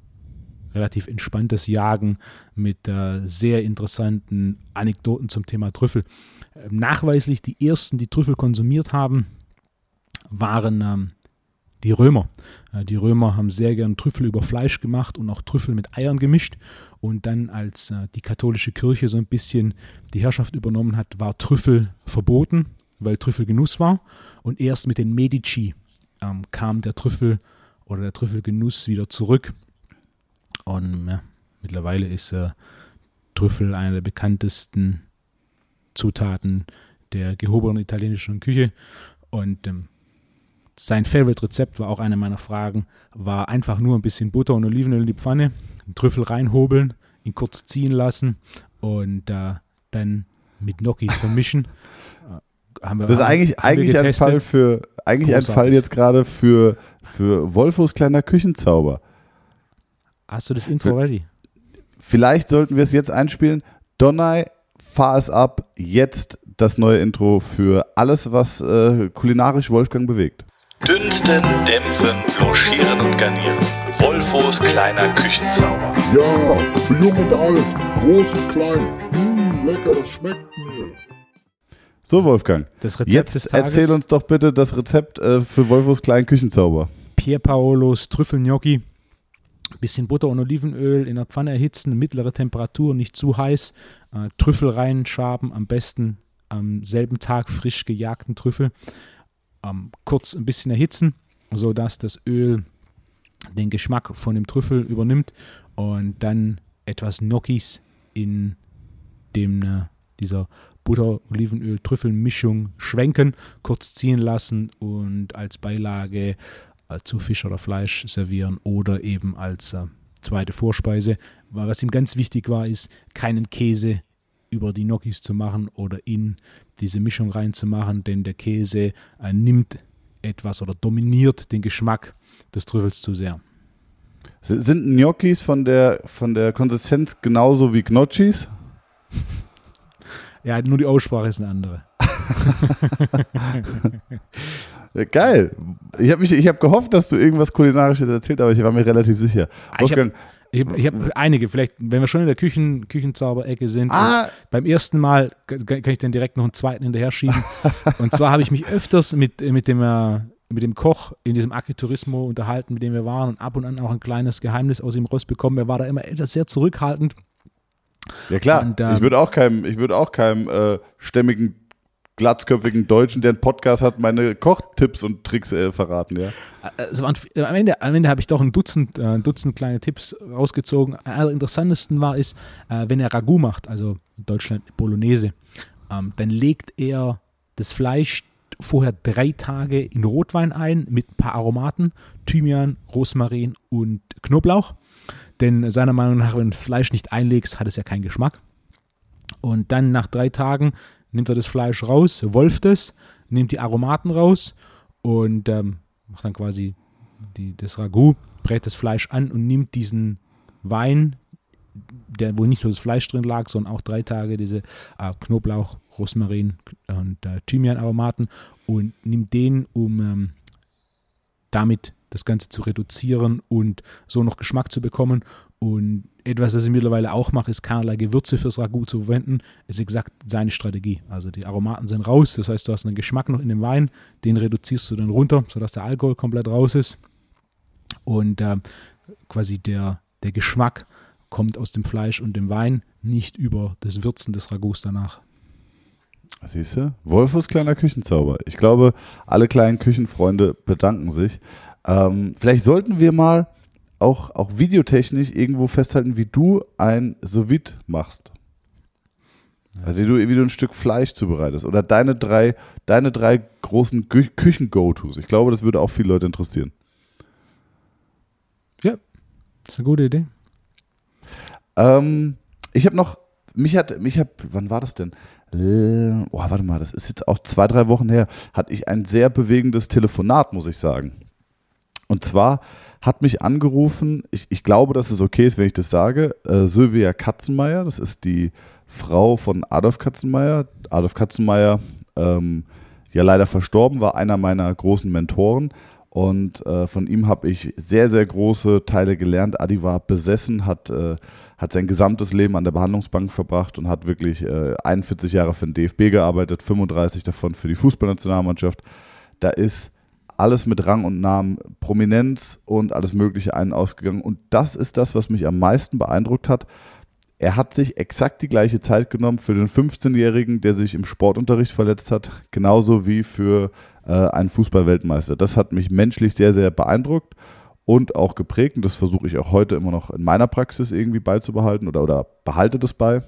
entspanntes Jagen mit sehr interessanten Anekdoten zum Thema Trüffel. Nachweislich die ersten, die Trüffel konsumiert haben, waren die Römer. Die Römer haben sehr gern Trüffel über Fleisch gemacht und auch Trüffel mit Eiern gemischt. Und dann, als die katholische Kirche so ein bisschen die Herrschaft übernommen hat, war Trüffel verboten, weil Trüffel Genuss war. Und erst mit den Medici kam der Trüffel oder der Trüffelgenuss wieder zurück. Und mittlerweile ist Trüffel eine der bekanntesten Zutaten der gehobenen italienischen Küche. Und sein Favorite-Rezept war auch eine meiner Fragen, war einfach nur ein bisschen Butter und Olivenöl in die Pfanne, den Trüffel reinhobeln, ihn kurz ziehen lassen und dann mit Gnocchis vermischen. Das ist eigentlich ein Fall jetzt gerade für Wolfos kleiner Küchenzauber. Hast du das Intro ready? Vielleicht sollten wir es jetzt einspielen. Donai, fahr es ab. Jetzt das neue Intro für alles, was kulinarisch Wolfgang bewegt. Dünsten, dämpfen, blanchieren und garnieren. Wolfos kleiner Küchenzauber. Ja, für jung und alt, groß und klein. Lecker, das schmeckt mir. So, Wolfgang, Das Rezept jetzt des Tages. erzähl uns doch bitte das Rezept für Wolfos kleinen Küchenzauber. Pier Paolos Trüffelgnocchi. Bisschen Butter und Olivenöl in der Pfanne erhitzen, mittlere Temperatur, nicht zu heiß. Trüffel reinschaben, am besten am selben Tag frisch gejagten Trüffel. Kurz ein bisschen erhitzen, sodass das Öl den Geschmack von dem Trüffel übernimmt und dann etwas Gnocchis in dieser Butter-Olivenöl-Trüffel-Mischung schwenken, kurz ziehen lassen und als Beilage zu Fisch oder Fleisch servieren oder eben als zweite Vorspeise. Was ihm ganz wichtig war, ist, keinen Käse über die Gnocchis zu machen oder in diese Mischung reinzumachen, denn der Käse nimmt etwas oder dominiert den Geschmack des Trüffels zu sehr. Sind Gnocchis von der Konsistenz genauso wie Gnocchis? Ja, nur die Aussprache ist eine andere. Geil. Ich hab gehofft, dass du irgendwas Kulinarisches erzählt, aber ich war mir relativ sicher. Ich habe einige, vielleicht, wenn wir schon in der Küchenzauberecke sind. Beim ersten Mal kann ich dann direkt noch einen zweiten hinterher schieben. Und zwar habe ich mich öfters mit dem mit dem Koch in diesem Agriturismo unterhalten, mit dem wir waren und ab und an auch ein kleines Geheimnis aus ihm rausbekommen. Er war da immer etwas sehr zurückhaltend. Ja klar, Und, ich würde auch keinem stämmigen, glatzköpfigen Deutschen, der einen Podcast hat, meine Kochtipps und Tricks verraten, ja. Also am Ende habe ich doch ein Dutzend kleine Tipps rausgezogen. Einer der interessantesten ist, wenn er Ragout macht, also in Deutschland Bolognese, dann legt er das Fleisch vorher 3 Tage in Rotwein ein mit ein paar Aromaten, Thymian, Rosmarin und Knoblauch. Denn seiner Meinung nach, wenn du das Fleisch nicht einlegst, hat es ja keinen Geschmack. Und dann nach 3 Tagen nimmt er das Fleisch raus, wolft es, nimmt die Aromaten raus und macht dann quasi das Ragout, brät das Fleisch an und nimmt diesen Wein, wo nicht nur das Fleisch drin lag, sondern auch 3 Tage diese Knoblauch, Rosmarin und Thymian-Aromaten und nimmt den, um damit das Ganze zu reduzieren und so noch Geschmack zu bekommen. Und etwas, das ich mittlerweile auch mache, ist keinerlei Gewürze fürs Ragout zu verwenden, ist exakt seine Strategie. Also die Aromaten sind raus, das heißt, du hast einen Geschmack noch in dem Wein, den reduzierst du dann runter, sodass der Alkohol komplett raus ist. Und quasi der Geschmack kommt aus dem Fleisch und dem Wein, nicht über das Würzen des Ragouts danach. Siehst du? Wolfos kleiner Küchenzauber. Ich glaube, alle kleinen Küchenfreunde bedanken sich. Vielleicht sollten wir mal auch videotechnisch irgendwo festhalten, wie du ein Sous-Vide machst. Also wie du ein Stück Fleisch zubereitest. Oder deine drei großen Küchen-Go-Tos. Ich glaube, das würde auch viele Leute interessieren. Ja, das ist eine gute Idee. Ich habe noch, wann war das denn? Warte mal, das ist jetzt auch 2-3 Wochen her, hatte ich ein sehr bewegendes Telefonat, muss ich sagen. Und zwar hat mich angerufen, ich glaube, dass es okay ist, wenn ich das sage, Sylvia Katzenmeier, das ist die Frau von Adolf Katzenmeier. Adolf Katzenmeier, ja leider verstorben, war einer meiner großen Mentoren und von ihm habe ich sehr, sehr große Teile gelernt. Adi war besessen, hat sein gesamtes Leben an der Behandlungsbank verbracht und hat wirklich 41 Jahre für den DFB gearbeitet, 35 davon für die Fußballnationalmannschaft. Da ist alles mit Rang und Namen, Prominenz und alles Mögliche ein- und ausgegangen. Und das ist das, was mich am meisten beeindruckt hat. Er hat sich exakt die gleiche Zeit genommen für den 15-Jährigen, der sich im Sportunterricht verletzt hat, genauso wie für einen Fußball-Weltmeister. Das hat mich menschlich sehr, sehr beeindruckt und auch geprägt. Und das versuche ich auch heute immer noch in meiner Praxis irgendwie beizubehalten oder behalte das bei.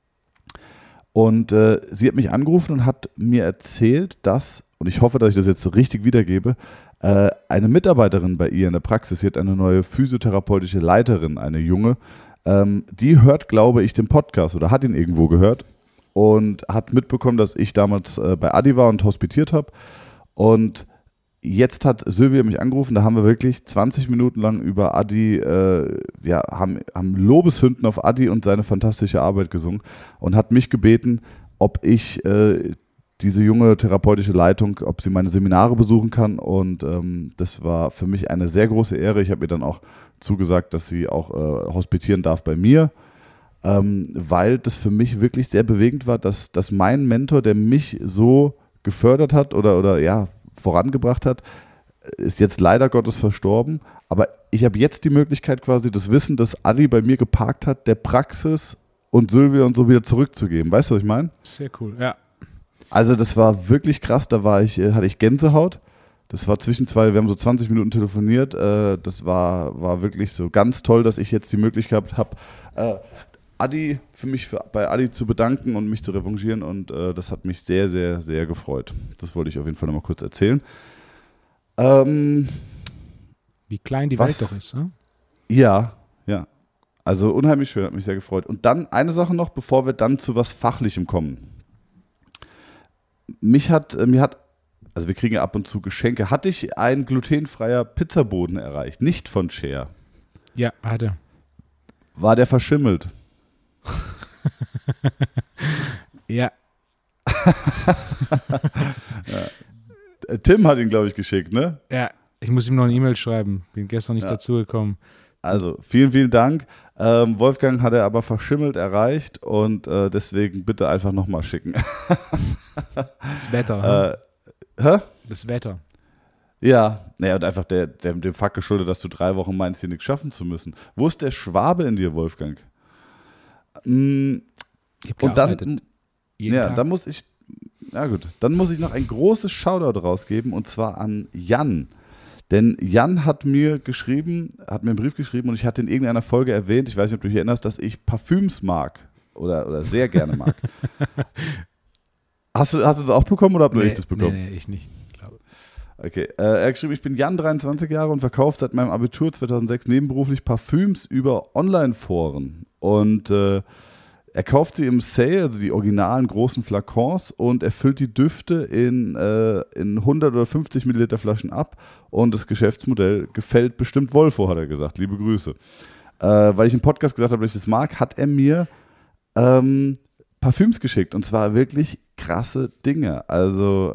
Und sie hat mich angerufen und hat mir erzählt, dass, und ich hoffe, dass ich das jetzt richtig wiedergebe, eine Mitarbeiterin bei ihr in der Praxis, sie hat eine neue physiotherapeutische Leiterin, eine junge, die hört, glaube ich, den Podcast oder hat ihn irgendwo gehört und hat mitbekommen, dass ich damals bei Adi war und hospitiert habe. Und jetzt hat Sylvia mich angerufen, da haben wir wirklich 20 Minuten lang über Adi, haben Lobeshymnen auf Adi und seine fantastische Arbeit gesungen und hat mich gebeten, ob ich diese junge therapeutische Leitung, ob sie meine Seminare besuchen kann und das war für mich eine sehr große Ehre. Ich habe ihr dann auch zugesagt, dass sie auch hospitieren darf bei mir, weil das für mich wirklich sehr bewegend war, dass mein Mentor, der mich so gefördert hat oder vorangebracht hat, ist jetzt leider Gottes verstorben, aber ich habe jetzt die Möglichkeit quasi das Wissen, das Adi bei mir geparkt hat, der Praxis und Sylvia und so wieder zurückzugeben. Weißt du, was ich meine? Sehr cool, ja. Also das war wirklich krass, hatte ich Gänsehaut. Das war wir haben so 20 Minuten telefoniert. Das war wirklich so ganz toll, dass ich jetzt die Möglichkeit habe, Adi bei Adi zu bedanken und mich zu revanchieren und das hat mich sehr, sehr, sehr gefreut. Das wollte ich auf jeden Fall nochmal kurz erzählen. Wie klein die Welt doch ist, ne? Ja. Also unheimlich schön, hat mich sehr gefreut. Und dann eine Sache noch, bevor wir dann zu was Fachlichem kommen. Also wir kriegen ja ab und zu Geschenke. Hat dich ein glutenfreier Pizzaboden erreicht? Nicht von Cher. Ja, hatte. War der verschimmelt? Ja. Tim hat ihn, glaube ich, geschickt, ne? Ja, ich muss ihm noch eine E-Mail schreiben. Bin gestern nicht dazugekommen. Also, vielen, vielen Dank. Wolfgang hat er aber verschimmelt erreicht und deswegen bitte einfach nochmal schicken. Das Wetter. Hä? Das Wetter. Ja, naja, und einfach dem Fakt geschuldet, dass du 3 Wochen meinst, hier nichts schaffen zu müssen. Wo ist der Schwabe in dir, Wolfgang? Ich habe gearbeitet. Dann muss ich noch ein großes Shoutout rausgeben, und zwar an Jan. Denn Jan hat mir einen Brief geschrieben, und ich hatte in irgendeiner Folge erwähnt, ich weiß nicht, ob du dich erinnerst, dass ich Parfüms mag oder sehr gerne mag. Hast du das auch bekommen oder habe nur ich das bekommen? Nee, ich nicht. Okay, er hat geschrieben, ich bin Jan, 23 Jahre und verkaufe seit meinem Abitur 2006 nebenberuflich Parfüms über Online-Foren. Und er kauft sie im Sale, also die originalen großen Flakons, und er füllt die Düfte in 100 oder 50 Milliliter Flaschen ab. Und das Geschäftsmodell gefällt bestimmt Wolfo, hat er gesagt. Liebe Grüße. Weil ich im Podcast gesagt habe, dass ich das mag, hat er mir Parfüms geschickt. Und zwar wirklich krasse Dinge. Also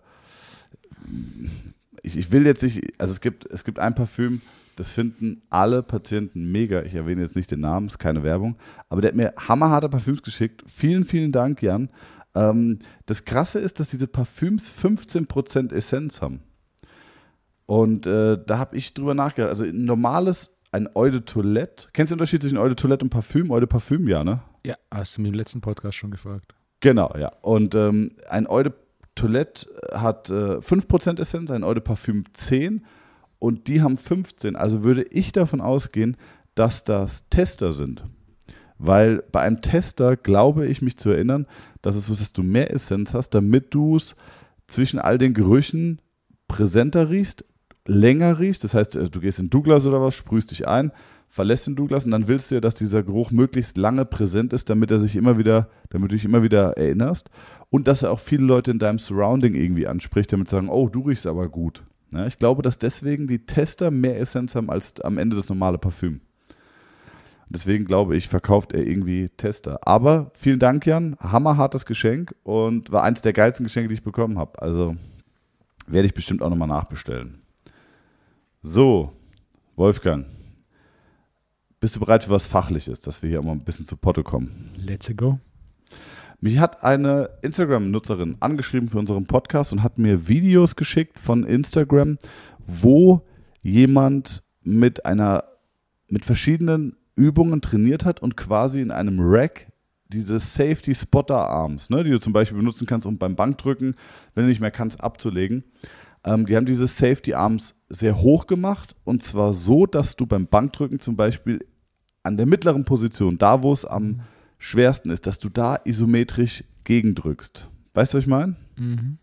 ich will jetzt nicht, also es gibt ein Parfüm, das finden alle Patienten mega. Ich erwähne jetzt nicht den Namen, ist keine Werbung. Aber der hat mir hammerharte Parfüms geschickt. Vielen, vielen Dank, Jan. Das Krasse ist, dass diese Parfüms 15% Essenz haben. Und da habe ich drüber nachgedacht. Also ein Eau de Toilette. Kennst du den Unterschied zwischen Eau de Toilette und Parfüm? Eau de Parfüm, ja, ne? Ja, hast du mir im letzten Podcast schon gefragt. Genau, ja. Und ein Eau de Toilette hat 5% Essenz, ein Eau de Parfüm 10%. Und die haben 15. Also würde ich davon ausgehen, dass das Tester sind. Weil bei einem Tester glaube ich mich zu erinnern, dass es so ist, dass du mehr Essenz hast, damit du es zwischen all den Gerüchen präsenter riechst, länger riechst. Das heißt, du gehst in Douglas oder was, sprühst dich ein, verlässt den Douglas und dann willst du ja, dass dieser Geruch möglichst lange präsent ist, damit du dich immer wieder erinnerst. Und dass er auch viele Leute in deinem Surrounding irgendwie anspricht, damit sie sagen, oh, du riechst aber gut. Ja, ich glaube, dass deswegen die Tester mehr Essenz haben als am Ende das normale Parfüm. Deswegen glaube ich, verkauft er irgendwie Tester. Aber vielen Dank, Jan. Hammerhartes Geschenk und war eins der geilsten Geschenke, die ich bekommen habe. Also werde ich bestimmt auch nochmal nachbestellen. So, Wolfgang. Bist du bereit für was Fachliches, dass wir hier auch mal ein bisschen zu Potte kommen? Let's go. Mich hat eine Instagram-Nutzerin angeschrieben für unseren Podcast und hat mir Videos geschickt von Instagram, wo jemand mit verschiedenen Übungen trainiert hat und quasi in einem Rack diese Safety Spotter Arms, ne, die du zum Beispiel benutzen kannst, um beim Bankdrücken, wenn du nicht mehr kannst, abzulegen. Die haben diese Safety Arms sehr hoch gemacht, und zwar so, dass du beim Bankdrücken zum Beispiel an der mittleren Position, da wo es am schwersten ist, dass du da isometrisch gegendrückst. Weißt du, was ich meine? Mhm.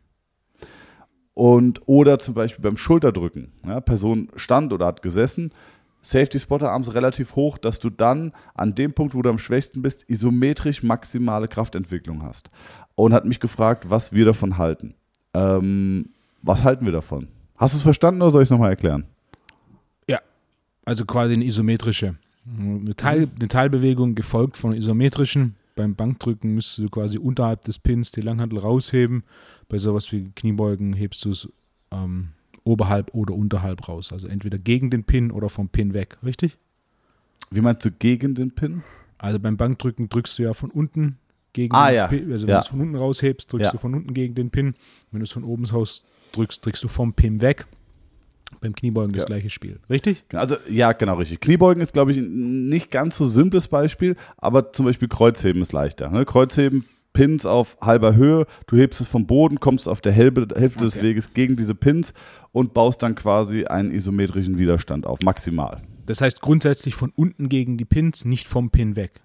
Oder zum Beispiel beim Schulterdrücken. Ja, Person stand oder hat gesessen, Safety Spotter Arms relativ hoch, dass du dann an dem Punkt, wo du am schwächsten bist, isometrisch maximale Kraftentwicklung hast. Und hat mich gefragt, was wir davon halten. Was halten wir davon? Hast du es verstanden oder soll ich es nochmal erklären? Ja, also quasi eine isometrische. Eine Teilbewegung gefolgt von isometrischen. Beim Bankdrücken müsstest du quasi unterhalb des Pins die Langhantel rausheben. Bei sowas wie Kniebeugen hebst du es oberhalb oder unterhalb raus. Also entweder gegen den Pin oder vom Pin weg, richtig? Wie meinst du gegen den Pin? Also beim Bankdrücken drückst du ja von unten gegen den Pin. Also wenn du es von unten raushebst, drückst du von unten gegen den Pin. Wenn du es von oben raus drückst, drückst du vom Pin weg. Beim Kniebeugen das gleiche Spiel, richtig? Also ja, genau, richtig. Kniebeugen ist, glaube ich, ein nicht ganz so simples Beispiel, aber zum Beispiel Kreuzheben ist leichter. Ne? Kreuzheben, Pins auf halber Höhe, du hebst es vom Boden, kommst auf der Hälfte des Weges gegen diese Pins und baust dann quasi einen isometrischen Widerstand auf, maximal. Das heißt grundsätzlich von unten gegen die Pins, nicht vom Pin weg.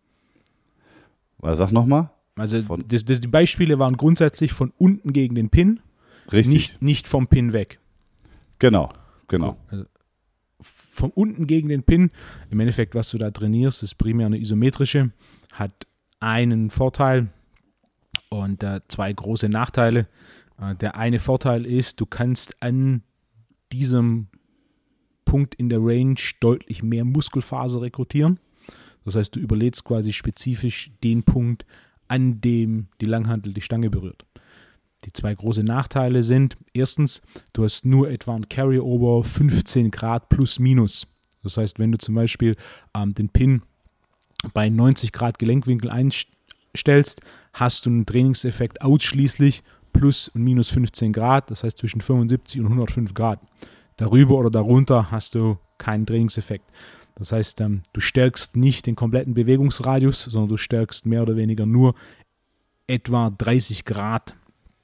Sag nochmal. Also die Beispiele waren grundsätzlich von unten gegen den Pin, richtig. Nicht vom Pin weg. Genau. Also von unten gegen den Pin, im Endeffekt, was du da trainierst, ist primär eine isometrische, hat einen Vorteil und 2 große Nachteile. Der eine Vorteil ist, du kannst an diesem Punkt in der Range deutlich mehr Muskelfaser rekrutieren. Das heißt, du überlädst quasi spezifisch den Punkt, an dem die Langhantel die Stange berührt. Die 2 große Nachteile sind, erstens, du hast nur etwa ein Carryover 15 Grad plus minus. Das heißt, wenn du zum Beispiel den Pin bei 90 Grad Gelenkwinkel einstellst, hast du einen Trainingseffekt ausschließlich plus und minus 15 Grad, das heißt zwischen 75 und 105 Grad. Darüber oder darunter hast du keinen Trainingseffekt. Das heißt, du stärkst nicht den kompletten Bewegungsradius, sondern du stärkst mehr oder weniger nur etwa 30 Grad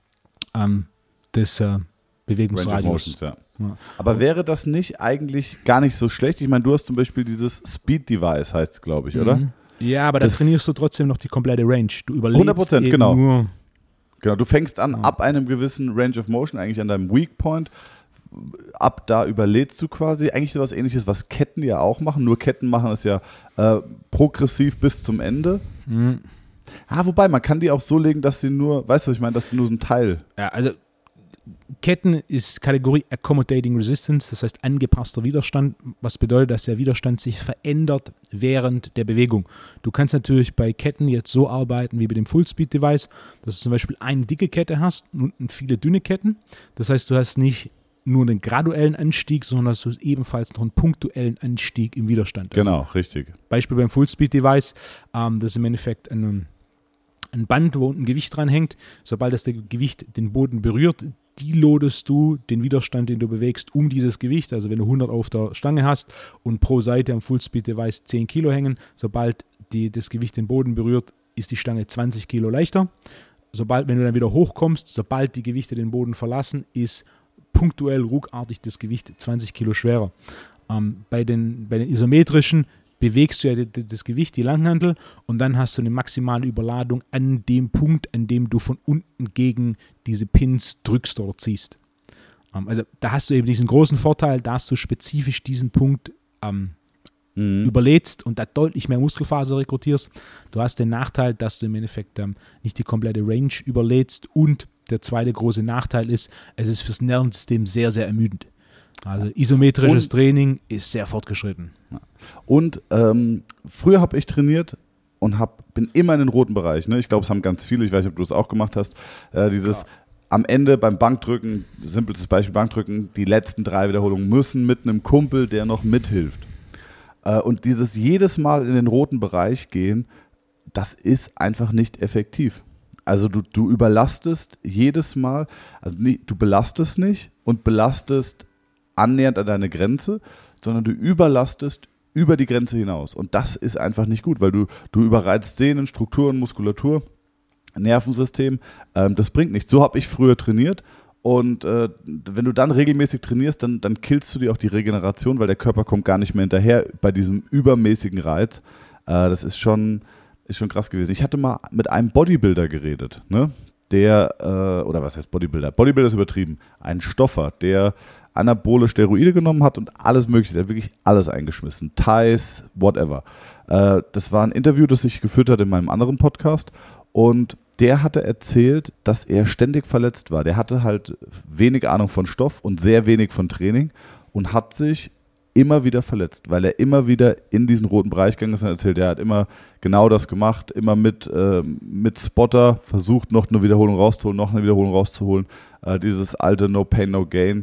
des Bewegungsradius. Motions, ja. Aber wäre das nicht eigentlich gar nicht so schlecht? Ich meine, du hast zum Beispiel dieses Speed-Device, heißt es, glaube ich, oder? Ja, aber da trainierst du trotzdem noch die komplette Range. Du überlegst 100%, eben genau. nur... Genau, du fängst an, ab einem gewissen Range of Motion, eigentlich an deinem Weak Point, ab da überlädst du quasi, eigentlich sowas Ähnliches, was Ketten ja auch machen, nur Ketten machen es ja progressiv bis zum Ende. Wobei, man kann die auch so legen, dass sie nur, weißt du, was ich meine, dass sie nur so ein Teil... Ja, also Ketten ist Kategorie Accommodating Resistance, das heißt angepasster Widerstand, was bedeutet, dass der Widerstand sich verändert während der Bewegung. Du kannst natürlich bei Ketten jetzt so arbeiten wie bei dem Full-Speed-Device, dass du zum Beispiel eine dicke Kette hast und viele dünne Ketten. Das heißt, du hast nicht nur einen graduellen Anstieg, sondern hast du ebenfalls noch einen punktuellen Anstieg im Widerstand. Genau, richtig. Beispiel beim Full-Speed-Device, das ist im Endeffekt ein Band, wo unten ein Gewicht dran hängt. Sobald das Gewicht den Boden berührt, deloadest du den Widerstand, den du bewegst, um dieses Gewicht. Also wenn du 100 auf der Stange hast und pro Seite am Full-Speed-Device 10 Kilo hängen, sobald das Gewicht den Boden berührt, ist die Stange 20 Kilo leichter. Wenn du dann wieder hochkommst, sobald die Gewichte den Boden verlassen, ist punktuell ruckartig das Gewicht 20 Kilo schwerer. Bei den isometrischen bewegst du ja das Gewicht, die Langhantel, und dann hast du eine maximale Überladung an dem Punkt, an dem du von unten gegen diese Pins drückst oder ziehst. Also da hast du eben diesen großen Vorteil, dass du spezifisch diesen Punkt überlädst und da deutlich mehr Muskelfaser rekrutierst. Du hast den Nachteil, dass du im Endeffekt nicht die komplette Range überlädst, und der zweite große Nachteil ist, es ist fürs Nervensystem sehr, sehr ermüdend. Also isometrisches Training ist sehr fortgeschritten. Und früher habe ich trainiert und bin immer in den roten Bereich. Ne? Ich glaube, es haben ganz viele, ich weiß nicht, ob du es auch gemacht hast, am Ende beim Bankdrücken, simples Beispiel Bankdrücken, die letzten 3 Wiederholungen müssen mit einem Kumpel, der noch mithilft. Und dieses jedes Mal in den roten Bereich gehen, das ist einfach nicht effektiv. Also du überlastest jedes Mal, also du belastest nicht und belastest annähernd an deine Grenze, sondern du überlastest über die Grenze hinaus. Und das ist einfach nicht gut, weil du überreizt Sehnen, Strukturen, Muskulatur, Nervensystem. Das bringt nichts. So habe ich früher trainiert. Und wenn du dann regelmäßig trainierst, dann killst du dir auch die Regeneration, weil der Körper kommt gar nicht mehr hinterher bei diesem übermäßigen Reiz. Das ist schon krass gewesen. Ich hatte mal mit einem Bodybuilder geredet, ne? Oder was heißt Bodybuilder? Bodybuilder ist übertrieben. Ein Stoffer, der anabole Steroide genommen hat und alles Mögliche, der hat wirklich alles eingeschmissen. Thais, whatever. Das war ein Interview, das ich geführt hatte in meinem anderen Podcast, und der hatte erzählt, dass er ständig verletzt war. Der hatte halt wenig Ahnung von Stoff und sehr wenig von Training und hat sich immer wieder verletzt, weil er immer wieder in diesen roten Bereich gegangen ist und erzählt, er hat immer genau das gemacht, immer mit Spotter versucht, noch eine Wiederholung rauszuholen, dieses alte No Pain, No Gain.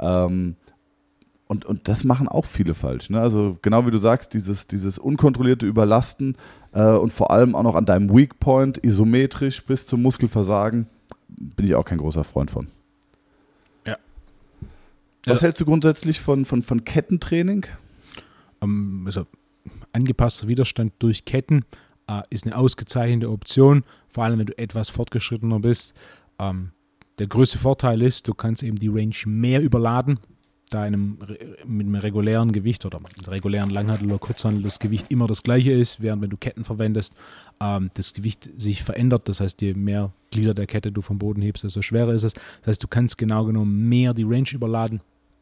Und das machen auch viele falsch. Ne? Also genau wie du sagst, dieses unkontrollierte Überlasten und vor allem auch noch an deinem Weak Point, isometrisch bis zum Muskelversagen, bin ich auch kein großer Freund von. Ja. Was hältst du grundsätzlich von Kettentraining? Also angepasster Widerstand durch Ketten ist eine ausgezeichnete Option, vor allem wenn du etwas fortgeschrittener bist. Der größte Vorteil ist, du kannst eben die Range mehr überladen, da mit einem regulären Gewicht oder mit einem regulären Langhantel oder Kurzhantel das Gewicht immer das gleiche ist, während wenn du Ketten verwendest, das Gewicht sich verändert. Das heißt, je mehr Glieder der Kette du vom Boden hebst, desto schwerer ist es. Das heißt, du kannst genau genommen mehr die Range überladen.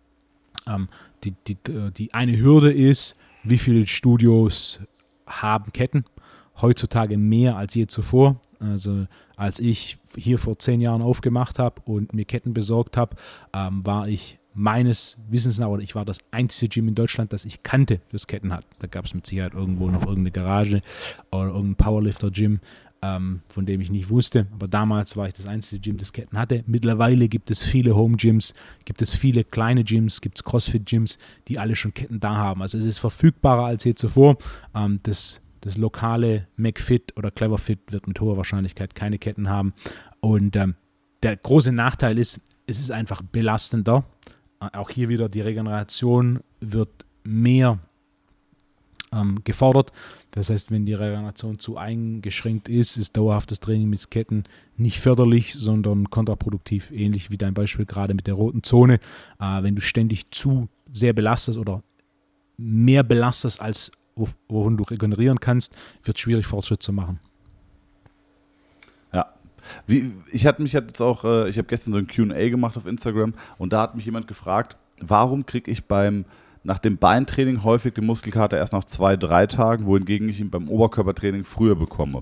Die eine Hürde ist, wie viele Studios haben Ketten? Heutzutage mehr als je zuvor. Also als ich hier vor 10 Jahren aufgemacht habe und mir Ketten besorgt habe, war ich meines Wissens nach, oder ich war das einzige Gym in Deutschland, das ich kannte, das Ketten hat. Da gab es mit Sicherheit irgendwo noch irgendeine Garage oder irgendein Powerlifter-Gym, von dem ich nicht wusste. Aber damals war ich das einzige Gym, das Ketten hatte. Mittlerweile gibt es viele Home-Gyms, gibt es viele kleine Gyms, gibt es Crossfit-Gyms, die alle schon Ketten da haben. Also es ist verfügbarer als je zuvor. Das lokale McFit oder Cleverfit wird mit hoher Wahrscheinlichkeit keine Ketten haben. Und Der große Nachteil ist, es ist einfach belastender. Auch hier wieder die Regeneration wird mehr gefordert. Das heißt, wenn die Regeneration zu eingeschränkt ist dauerhaftes Training mit Ketten nicht förderlich, sondern kontraproduktiv, ähnlich wie dein Beispiel gerade mit der roten Zone. Wenn du ständig zu sehr belastest oder mehr belastest, als wovon du regenerieren kannst, wird es schwierig, Fortschritt zu machen. Ja. Ich habe gestern so ein Q&A gemacht auf Instagram und da hat mich jemand gefragt, warum kriege ich nach dem Beintraining häufig den Muskelkater erst nach 2-3 Tagen, wohingegen ich ihn beim Oberkörpertraining früher bekomme.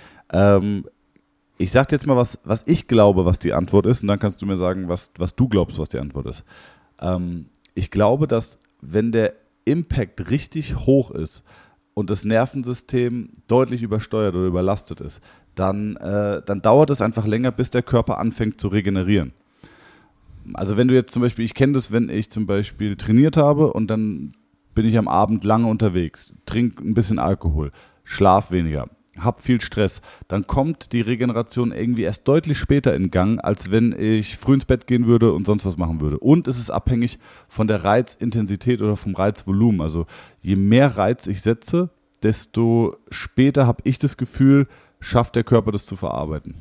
Ich sage dir jetzt mal, was ich glaube, was die Antwort ist, und dann kannst du mir sagen, was du glaubst, was die Antwort ist. Ich glaube, dass wenn der Impact richtig hoch ist und das Nervensystem deutlich übersteuert oder überlastet ist, dann dauert es einfach länger, bis der Körper anfängt zu regenerieren. Also wenn du jetzt zum Beispiel, ich kenne das, wenn ich zum Beispiel trainiert habe und dann bin ich am Abend lange unterwegs, trinke ein bisschen Alkohol, schlaf weniger, habe viel Stress, dann kommt die Regeneration irgendwie erst deutlich später in Gang, als wenn ich früh ins Bett gehen würde und sonst was machen würde. Und es ist abhängig von der Reizintensität oder vom Reizvolumen. Also je mehr Reiz ich setze, desto später habe ich das Gefühl, schafft der Körper das zu verarbeiten.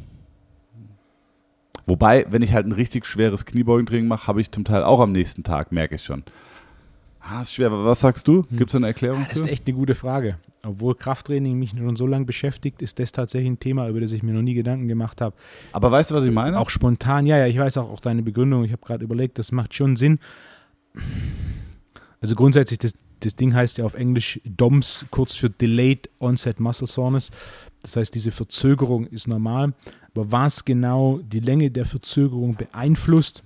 Wobei, wenn ich halt ein richtig schweres Kniebeugentraining mache, habe ich zum Teil auch am nächsten Tag, merke ich schon. Ist schwer. Was sagst du? Gibt es eine Erklärung für? Das ist echt eine gute Frage. Obwohl Krafttraining mich schon so lange beschäftigt, ist das tatsächlich ein Thema, über das ich mir noch nie Gedanken gemacht habe. Aber weißt du, was ich meine? Auch spontan, ja, ich weiß auch deine Begründung. Ich habe gerade überlegt, das macht schon Sinn. Also grundsätzlich, das Ding heißt ja auf Englisch DOMS, kurz für Delayed Onset Muscle Soreness. Das heißt, diese Verzögerung ist normal. Aber was genau die Länge der Verzögerung beeinflusst,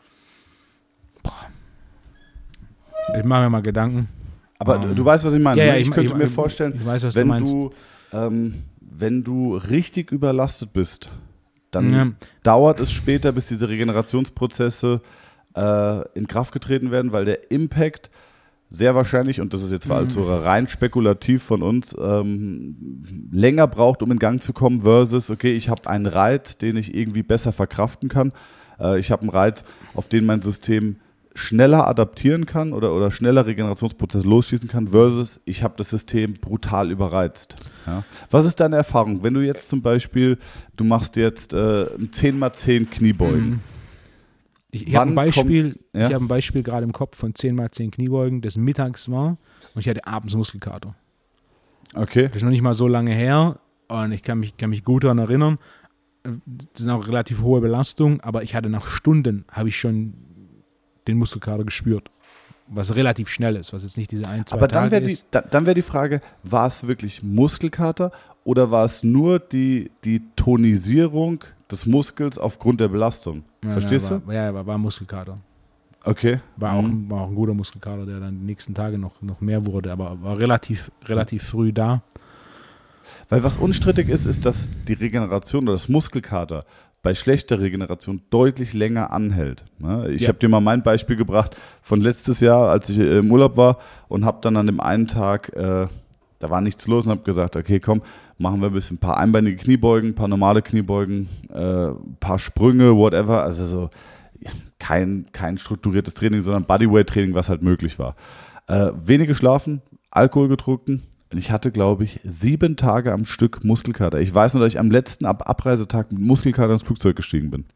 ich mache mir mal Gedanken. Aber du weißt, was ich meine. Ja, ich könnte mir vorstellen, ich weiß, was du meinst. Wenn du richtig überlastet bist, dann dauert es später, bis diese Regenerationsprozesse in Kraft getreten werden, weil der Impact sehr wahrscheinlich, und das ist jetzt also rein spekulativ von uns, länger braucht, um in Gang zu kommen, versus, okay, ich habe einen Reiz, den ich irgendwie besser verkraften kann. Ich habe einen Reiz, auf den mein System schneller adaptieren kann oder schneller Regenerationsprozess losschießen kann, versus ich habe das System brutal überreizt. Ja. Was ist deine Erfahrung? Wenn du jetzt zum Beispiel, du machst jetzt ein 10x10 Kniebeugen. Ich habe ein Beispiel gerade im Kopf von 10x10 Kniebeugen, das mittags war und ich hatte abends Muskelkater. Okay. Das ist noch nicht mal so lange her und ich kann mich gut daran erinnern. Das ist auch relativ hohe Belastung, aber ich hatte nach Stunden, habe ich schon den Muskelkater gespürt, was relativ schnell ist, was jetzt nicht diese 1-2 Tage ist. Aber dann wäre die Frage, war es wirklich Muskelkater oder war es nur die Tonisierung des Muskels aufgrund der Belastung? Verstehst du? War Muskelkater. Okay. War auch ein guter Muskelkater, der dann die nächsten Tage noch mehr wurde, aber war relativ früh da. Weil was unstrittig ist, dass die Regeneration oder das Muskelkater bei schlechter Regeneration deutlich länger anhält. Ich habe dir mal mein Beispiel gebracht von letztes Jahr, als ich im Urlaub war und habe dann an dem einen Tag, da war nichts los und habe gesagt, okay, komm, machen wir ein paar einbeinige Kniebeugen, ein paar normale Kniebeugen, ein paar Sprünge, whatever. Also so kein strukturiertes Training, sondern Bodyweight-Training, was halt möglich war. Wenig geschlafen, Alkohol getrunken. Und ich hatte, glaube ich, 7 Tage am Stück Muskelkater. Ich weiß nur, dass ich am letzten Abreisetag mit Muskelkater ins Flugzeug gestiegen bin.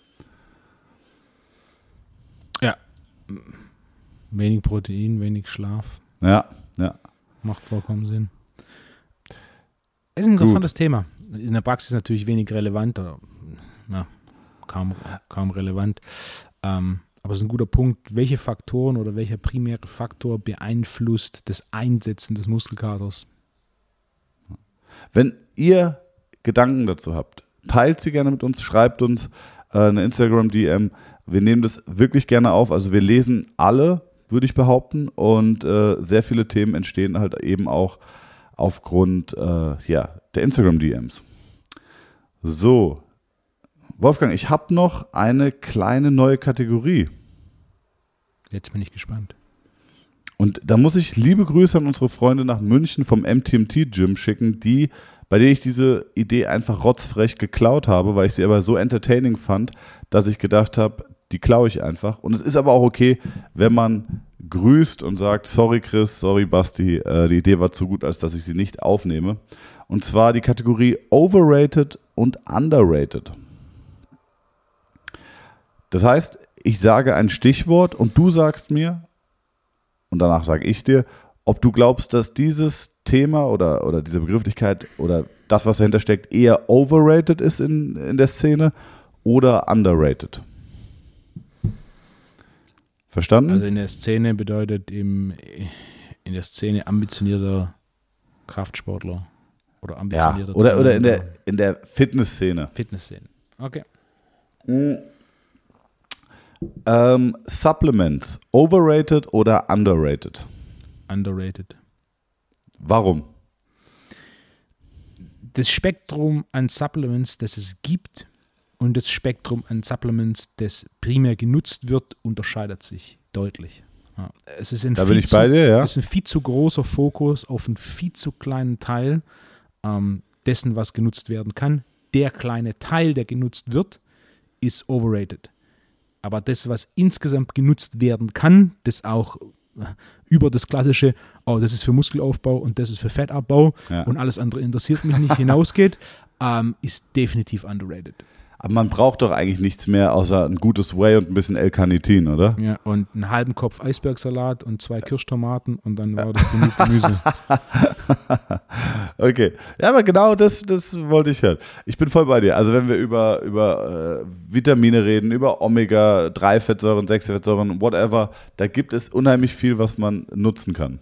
Ja. Wenig Protein, wenig Schlaf. Ja. Macht vollkommen Sinn. Das ist ein interessantes Thema. In der Praxis natürlich wenig relevant oder kaum relevant. Aber es ist ein guter Punkt. Welche Faktoren oder welcher primäre Faktor beeinflusst das Einsetzen des Muskelkaters? Wenn ihr Gedanken dazu habt, teilt sie gerne mit uns, schreibt uns eine Instagram-DM. Wir nehmen das wirklich gerne auf. Also wir lesen alle, würde ich behaupten. Und sehr viele Themen entstehen halt eben auch aufgrund der Instagram-DMs. So, Wolfgang, ich habe noch eine kleine neue Kategorie. Jetzt bin ich gespannt. Und da muss ich liebe Grüße an unsere Freunde nach München vom MTMT Gym schicken, die bei der ich diese Idee einfach rotzfrech geklaut habe, weil ich sie aber so entertaining fand, dass ich gedacht habe, die klaue ich einfach. Und es ist aber auch okay, wenn man grüßt und sagt, sorry Chris, sorry Basti, die Idee war zu gut, als dass ich sie nicht aufnehme. Und zwar die Kategorie Overrated und Underrated. Das heißt, ich sage ein Stichwort und du sagst mir, und danach sage ich dir, ob du glaubst, dass dieses Thema oder diese Begrifflichkeit oder das, was dahinter steckt, eher overrated ist in der Szene oder underrated. Verstanden? Also in der Szene bedeutet in der Szene ambitionierter Kraftsportler oder ambitionierter oder Trainer in der Fitnessszene. Fitnessszene. Okay. Supplements, overrated oder underrated? Underrated. Warum? Das Spektrum an Supplements, das es gibt, und das Spektrum an Supplements, das primär genutzt wird, unterscheidet sich deutlich. Ja. Es ist Da bin ich bei dir, ja. Es ist ein viel zu großer Fokus auf einen viel zu kleinen Teil dessen, was genutzt werden kann. Der kleine Teil, der genutzt wird, ist overrated. Aber das, was insgesamt genutzt werden kann, das auch über das klassische, oh, das ist für Muskelaufbau und das ist für Fettabbau und alles andere interessiert mich nicht, hinausgeht, ist definitiv underrated. Aber man braucht doch eigentlich nichts mehr, außer ein gutes Whey und ein bisschen L-Carnitin, oder? Ja, und einen halben Kopf Eisbergsalat und 2 Kirschtomaten und dann war das genug Gemüse. Okay. Ja, aber genau das wollte ich hören. Ich bin voll bei dir. Also wenn wir über Vitamine reden, über Omega-3-Fettsäuren, 6-Fettsäuren, whatever, da gibt es unheimlich viel, was man nutzen kann.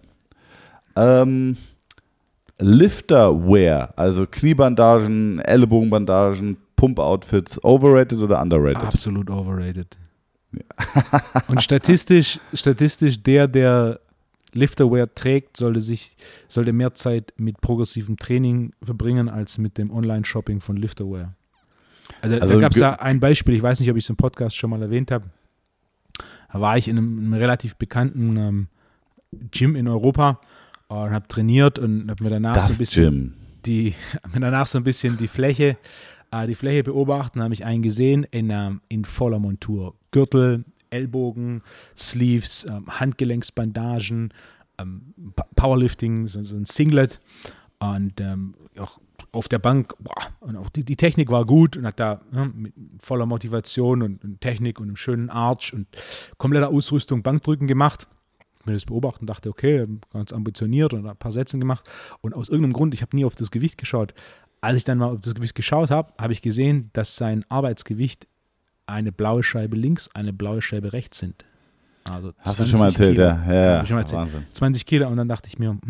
Lifterwear, also Kniebandagen, Ellenbogenbandagen, Pump-Outfits, overrated oder underrated? Absolut overrated. Ja. Und statistisch der Lifterwear trägt, sollte mehr Zeit mit progressivem Training verbringen, als mit dem Online-Shopping von Lifterwear. Also da gab es da ein Beispiel, ich weiß nicht, ob ich es im Podcast schon mal erwähnt habe. Da war ich in einem relativ bekannten Gym in Europa und habe trainiert und habe mir danach so ein bisschen die Fläche beobachtet und habe ich einen gesehen in voller Montur. Gürtel, Ellbogen, Sleeves, Handgelenksbandagen, Powerlifting, so ein Singlet und auch auf der Bank, und auch die Technik war gut und hat da mit voller Motivation und Technik und einem schönen Arch und kompletter Ausrüstung Bankdrücken gemacht. Ich mir das beobachtet und dachte, okay, ganz ambitioniert und ein paar Sätze gemacht und aus irgendeinem Grund, ich habe nie auf das Gewicht geschaut. Als ich dann mal auf das Gewicht geschaut habe, habe ich gesehen, dass sein Arbeitsgewicht eine blaue Scheibe links, eine blaue Scheibe rechts sind. Also hast du schon mal erzählt, Kilo. Ja, ich schon mal erzählt. Wahnsinn. 20 Kilo und dann dachte ich mir,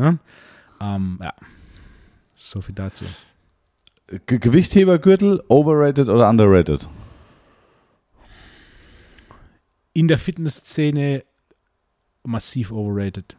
so viel dazu. Gewichthebergürtel, overrated oder underrated? In der Fitnessszene massiv overrated.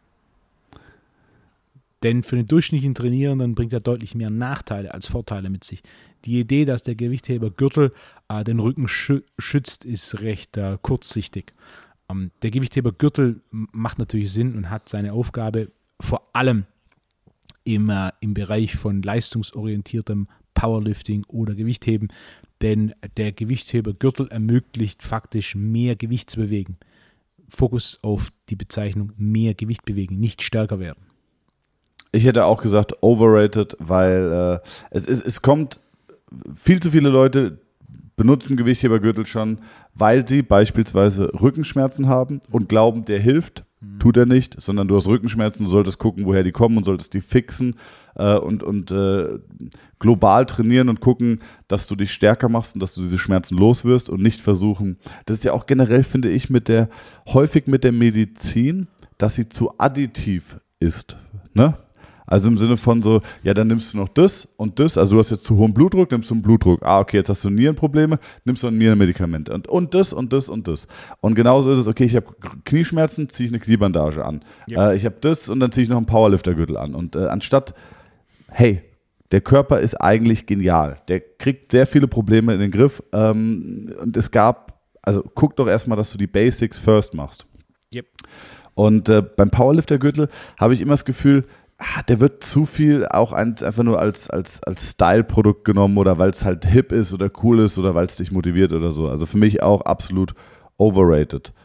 Denn für den durchschnittlichen Trainierenden bringt er deutlich mehr Nachteile als Vorteile mit sich. Die Idee, dass der Gewichthebergürtel den Rücken schützt, ist recht kurzsichtig. Der Gewichthebergürtel macht natürlich Sinn und hat seine Aufgabe vor allem im Bereich von leistungsorientiertem Powerlifting oder Gewichtheben, denn der Gewichthebergürtel ermöglicht faktisch mehr Gewicht zu bewegen. Fokus auf die Bezeichnung mehr Gewicht bewegen, nicht stärker werden. Ich hätte auch gesagt overrated, weil es kommt, viel zu viele Leute benutzen Gewichthebergürtel schon, weil sie beispielsweise Rückenschmerzen haben und glauben, der hilft. Tut er nicht, sondern du hast Rückenschmerzen, du solltest gucken, woher die kommen und solltest die fixen und global trainieren und gucken, dass du dich stärker machst und dass du diese Schmerzen los wirst und nicht versuchen. Das ist ja auch generell, finde ich, häufig mit der Medizin, dass sie zu additiv ist, ne? Also im Sinne von so, ja, dann nimmst du noch das und das. Also du hast jetzt zu hohen Blutdruck, nimmst du einen Blutdruck. Ah, okay, jetzt hast du Nierenprobleme, nimmst du ein Nierenmedikament. Und das und das und das. Und genauso ist es, okay, ich habe Knieschmerzen, ziehe ich eine Kniebandage an. Ja. Ich habe das und dann ziehe ich noch einen Powerliftergürtel an. Und anstatt, hey, der Körper ist eigentlich genial. Der kriegt sehr viele Probleme in den Griff. Und guck doch erstmal, dass du die Basics first machst. Yep. Und beim Powerliftergürtel habe ich immer das Gefühl, der wird zu viel auch einfach nur als Style-Produkt genommen oder weil es halt hip ist oder cool ist oder weil es dich motiviert oder so. Also für mich auch absolut overrated.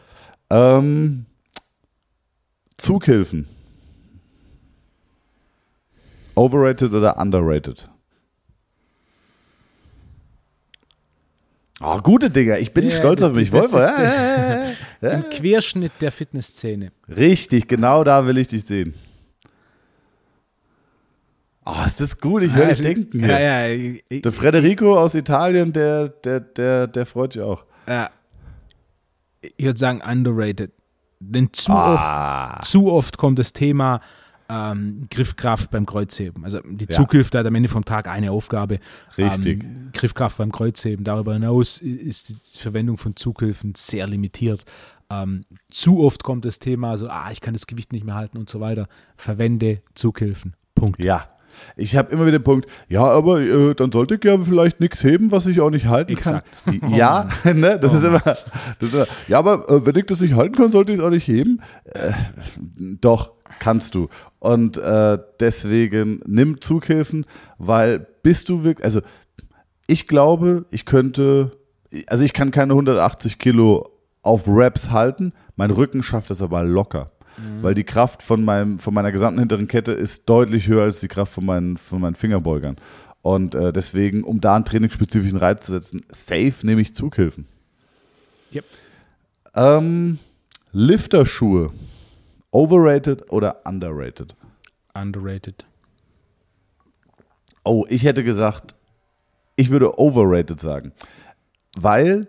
Zughilfen. Overrated oder underrated? Oh, gute Dinger. Ich bin stolz auf mich. Das ist im Querschnitt der Fitnessszene. Richtig, genau da will ich dich sehen. Oh, ist das gut? Ich höre dich denken hier. Der Federico aus Italien, der freut sich auch. Ich würde sagen underrated. Denn zu oft kommt das Thema Griffkraft beim Kreuzheben. Also die Zughilfe hat am Ende vom Tag eine Aufgabe. Richtig. Griffkraft beim Kreuzheben. Darüber hinaus ist die Verwendung von Zughilfen sehr limitiert. Zu oft kommt das Thema so, ich kann das Gewicht nicht mehr halten und so weiter. Verwende Zughilfen. Punkt. Ja. Ich habe immer wieder den Punkt, aber dann sollte ich ja vielleicht nichts heben, was ich auch nicht halten kann. Ja, ne? Das ist immer, aber wenn ich das nicht halten kann, sollte ich es auch nicht heben. Doch, kannst du. Und deswegen nimm Zughilfen, weil bist du wirklich, also ich glaube, ich kann keine 180 Kilo auf Reps halten, mein Rücken schafft das aber locker. Weil die Kraft von meiner gesamten hinteren Kette ist deutlich höher als die Kraft von meinen Fingerbeugern. Und deswegen, um da einen trainingsspezifischen Reiz zu setzen, safe nehme ich Zughilfen. Yep. Lifterschuhe. Overrated oder underrated? Underrated. Oh, ich hätte gesagt, ich würde overrated sagen. Weil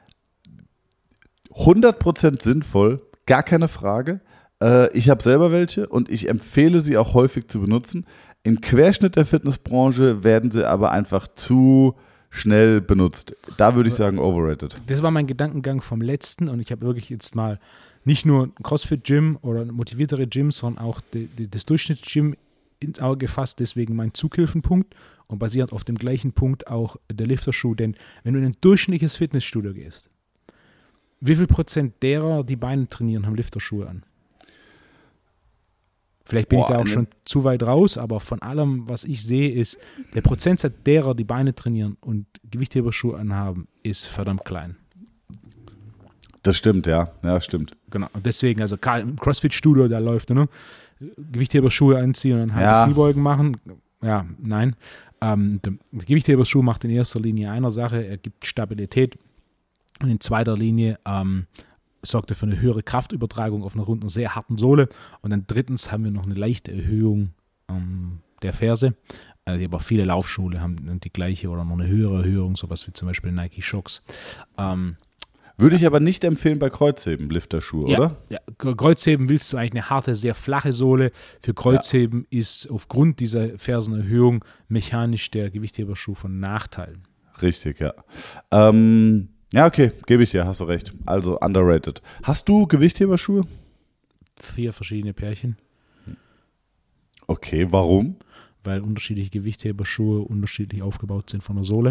100% sinnvoll, gar keine Frage. Ich habe selber welche und ich empfehle sie auch häufig zu benutzen. Im Querschnitt der Fitnessbranche werden sie aber einfach zu schnell benutzt. Da würde ich sagen overrated. Das war mein Gedankengang vom letzten und ich habe wirklich jetzt mal nicht nur ein CrossFit-Gym oder motiviertere Gyms, sondern auch das Durchschnittsgym ins Auge gefasst. Deswegen mein Zughilfenpunkt und basierend auf dem gleichen Punkt auch der Lifterschuh. Denn wenn du in ein durchschnittliches Fitnessstudio gehst, wie viel Prozent derer, die Beine trainieren, haben Lifterschuhe an? Vielleicht bin ich da auch schon zu weit raus, aber von allem, was ich sehe, ist, der Prozentsatz derer, die Beine trainieren und Gewichtheberschuhe anhaben, ist verdammt klein. Das stimmt, ja. Ja, stimmt. Genau. Und deswegen, also im CrossFit-Studio, da läuft, ne? Gewichtheberschuhe anziehen und dann halt Kniebeugen machen. Ja, nein. Der Gewichtheberschuh macht in erster Linie eine Sache, er gibt Stabilität und in zweiter Linie sorgt er für eine höhere Kraftübertragung auf einer sehr harten Sohle. Und dann drittens haben wir noch eine leichte Erhöhung der Ferse. Aber viele Laufschuhe haben die gleiche oder noch eine höhere Erhöhung, sowas wie zum Beispiel Nike Shox. Würde ich aber nicht empfehlen bei Kreuzheben, Lifterschuhe, oder? Ja, Kreuzheben willst du eigentlich eine harte, sehr flache Sohle. Für Kreuzheben ist aufgrund dieser Fersenerhöhung mechanisch der Gewichtheberschuh von Nachteil. Richtig, ja. Ja, okay, gebe ich dir, hast du recht. Also underrated. Hast du Gewichtheberschuhe? 4 verschiedene Pärchen. Okay, warum? Weil unterschiedliche Gewichtheberschuhe unterschiedlich aufgebaut sind von der Sohle.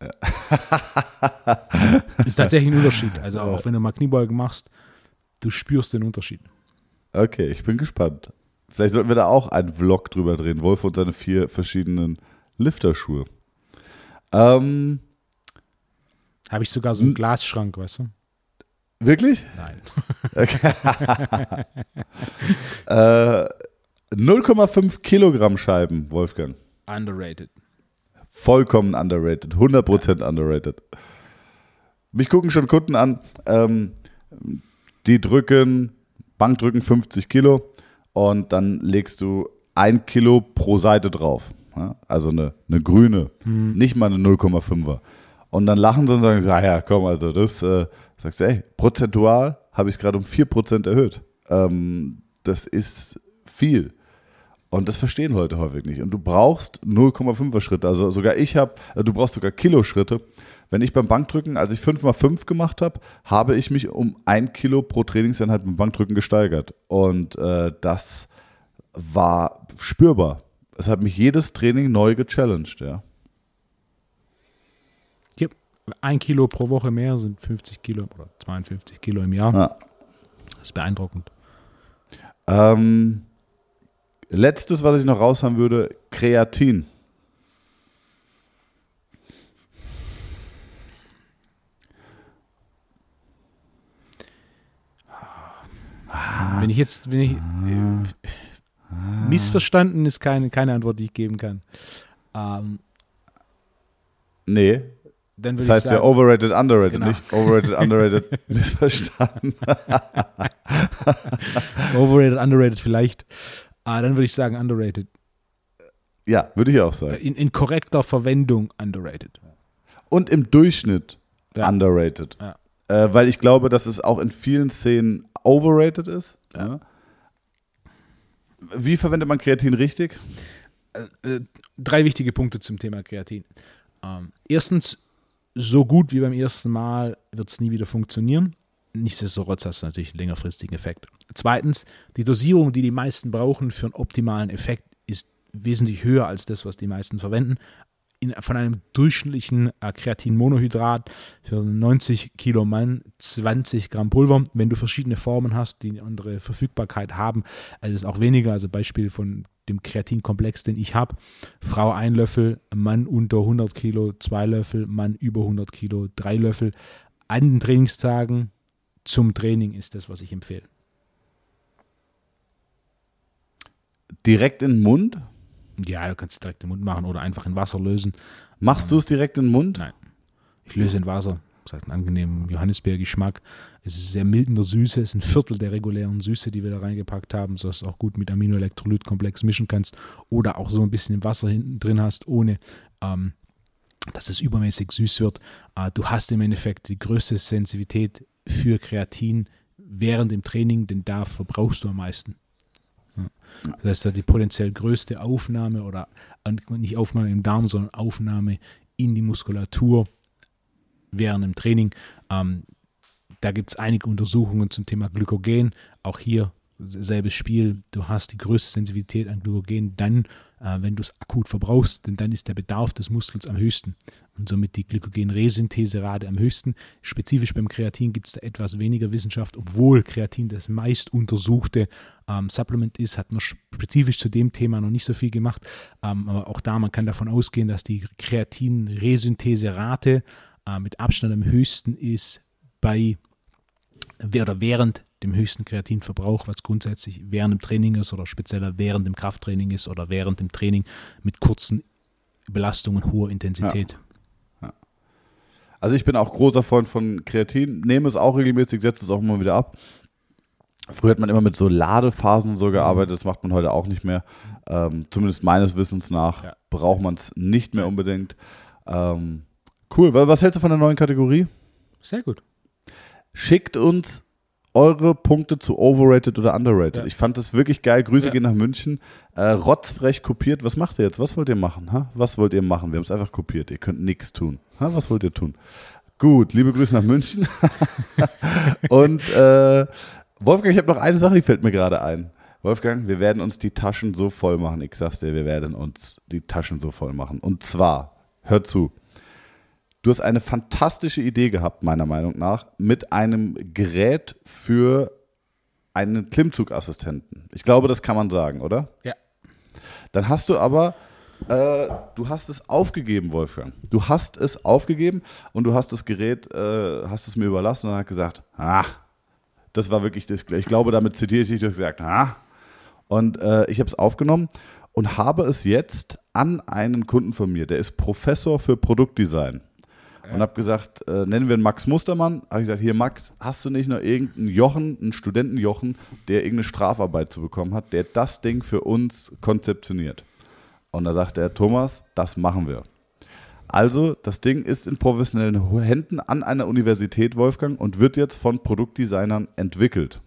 Ist tatsächlich ein Unterschied. Also auch wenn du mal Kniebeugen machst, du spürst den Unterschied. Okay, ich bin gespannt. Vielleicht sollten wir da auch einen Vlog drüber drehen. Wolf und seine 4 verschiedenen Lifterschuhe. Habe ich sogar so einen Glasschrank, weißt du? Wirklich? Nein. Okay. 0,5 Kilogramm Scheiben, Wolfgang. Underrated. Vollkommen underrated. 100% underrated. Mich gucken schon Kunden an, die Bankdrücken 50 Kilo und dann legst du 1 Kilo pro Seite drauf. Ja? Also eine grüne, nicht mal eine 0,5er. Und dann lachen sie und sagen, ja komm, also das, sagst du, ey, prozentual habe ich es gerade um 4% erhöht. Das ist viel. Und das verstehen Leute häufig nicht. Und du brauchst 0,5er Schritte. Also sogar du brauchst sogar Kiloschritte. Wenn ich beim Bankdrücken, als ich 5x5 gemacht habe, habe ich mich um 1 Kilo pro Trainingseinheit beim Bankdrücken gesteigert. Und das war spürbar. Es hat mich jedes Training neu gechallenged, ja. 1 Kilo pro Woche mehr sind 50 Kilo oder 52 Kilo im Jahr. Ja. Das ist beeindruckend. Letztes, was ich noch raushaben würde, Kreatin. Missverstanden ist keine Antwort, die ich geben kann. Nee. Dann Das würde ich heißt ja sagen, overrated, underrated, Genau. nicht overrated, underrated, missverstanden. overrated, underrated vielleicht. Dann würde ich sagen underrated. Ja, würde ich auch sagen. In korrekter Verwendung underrated. Und im Durchschnitt Ja. underrated. Ja. Weil ich glaube, dass es auch in vielen Szenen overrated ist. Ja. Ja. Wie verwendet man Kreatin richtig? 3 wichtige Punkte zum Thema Kreatin. Erstens, so gut wie beim ersten Mal wird es nie wieder funktionieren. Nichtsdestotrotz hast du natürlich einen längerfristigen Effekt. Zweitens, die Dosierung, die die meisten brauchen für einen optimalen Effekt, ist wesentlich höher als das, was die meisten verwenden. Von einem durchschnittlichen Kreatinmonohydrat für 90 Kilo Mann 20 Gramm Pulver. Wenn du verschiedene Formen hast, die eine andere Verfügbarkeit haben, also ist auch weniger. Also Beispiel von dem Kreatinkomplex, den ich habe. Frau 1 Löffel, Mann unter 100 Kilo 2 Löffel, Mann über 100 Kilo 3 Löffel. An den Trainingstagen zum Training ist das, was ich empfehle. Direkt in den Mund? Ja, du kannst es direkt im Mund machen oder einfach in Wasser lösen. Machst du es direkt in den Mund? Nein. Ich löse in Wasser. Das hat einen angenehmen Johannisbeergeschmack. Es ist sehr mild in der Süße. Es ist ein Viertel der regulären Süße, die wir da reingepackt haben, sodass du auch gut mit Aminoelektrolytkomplex mischen kannst oder auch so ein bisschen Wasser hinten drin hast, ohne dass es übermäßig süß wird. Du hast im Endeffekt die größte Sensitivität für Kreatin während dem Training, denn da verbrauchst du am meisten. Das heißt, die potenziell größte Aufnahme oder nicht Aufnahme im Darm, sondern Aufnahme in die Muskulatur während dem Training. Da gibt es einige Untersuchungen zum Thema Glykogen. Auch hier selbes Spiel. Du hast die größte Sensitivität an Glykogen dann, wenn du es akut verbrauchst, denn dann ist der Bedarf des Muskels am höchsten und somit die Glykogen-Resyntheserate am höchsten. Spezifisch beim Kreatin gibt es da etwas weniger Wissenschaft, obwohl Kreatin das meist untersuchte Supplement ist, hat man spezifisch zu dem Thema noch nicht so viel gemacht, aber auch da, man kann davon ausgehen, dass die Kreatin-Resyntheserate mit Abstand am höchsten ist während dem höchsten Kreatinverbrauch, was grundsätzlich während dem Training ist oder spezieller während dem Krafttraining ist oder während dem Training mit kurzen Belastungen hoher Intensität. Ja. Also ich bin auch großer Freund von Kreatin, nehme es auch regelmäßig, setze es auch immer wieder ab. Früher hat man immer mit so Ladephasen und so gearbeitet, das macht man heute auch nicht mehr. Zumindest meines Wissens nach braucht man es nicht mehr unbedingt. Cool, was hältst du von der neuen Kategorie? Sehr gut. Schickt uns eure Punkte zu overrated oder underrated. Ich fand das wirklich geil. Grüße gehen nach München. Rotzfrech kopiert. Was macht ihr jetzt? Was wollt ihr machen? Ha? Was wollt ihr machen? Wir haben es einfach kopiert. Ihr könnt nichts tun. Ha? Was wollt ihr tun? Gut, liebe Grüße nach München. Und Wolfgang, ich habe noch eine Sache, die fällt mir gerade ein. Wolfgang, wir werden uns die Taschen so voll machen. Ich sag's dir, wir werden uns die Taschen so voll machen. Und zwar, hör zu. Du hast eine fantastische Idee gehabt, meiner Meinung nach, mit einem Gerät für einen Klimmzugassistenten. Ich glaube, das kann man sagen, oder? Ja. Dann hast du aber, du hast es aufgegeben, Wolfgang. Du hast es aufgegeben und du hast das Gerät, hast es mir überlassen und hast gesagt, das war wirklich das. Ich glaube, damit zitiere ich dich, du hast gesagt, Und ich habe es aufgenommen und habe es jetzt an einen Kunden von mir, der ist Professor für Produktdesign. Und habe gesagt, nennen wir ihn Max Mustermann. Habe ich gesagt, hier Max, hast du nicht noch irgendeinen Jochen, einen Studentenjochen, der irgendeine Strafarbeit zu bekommen hat, der das Ding für uns konzeptioniert? Und da sagt er, Thomas, das machen wir. Also, das Ding ist in professionellen Händen an einer Universität, Wolfgang, und wird jetzt von Produktdesignern entwickelt.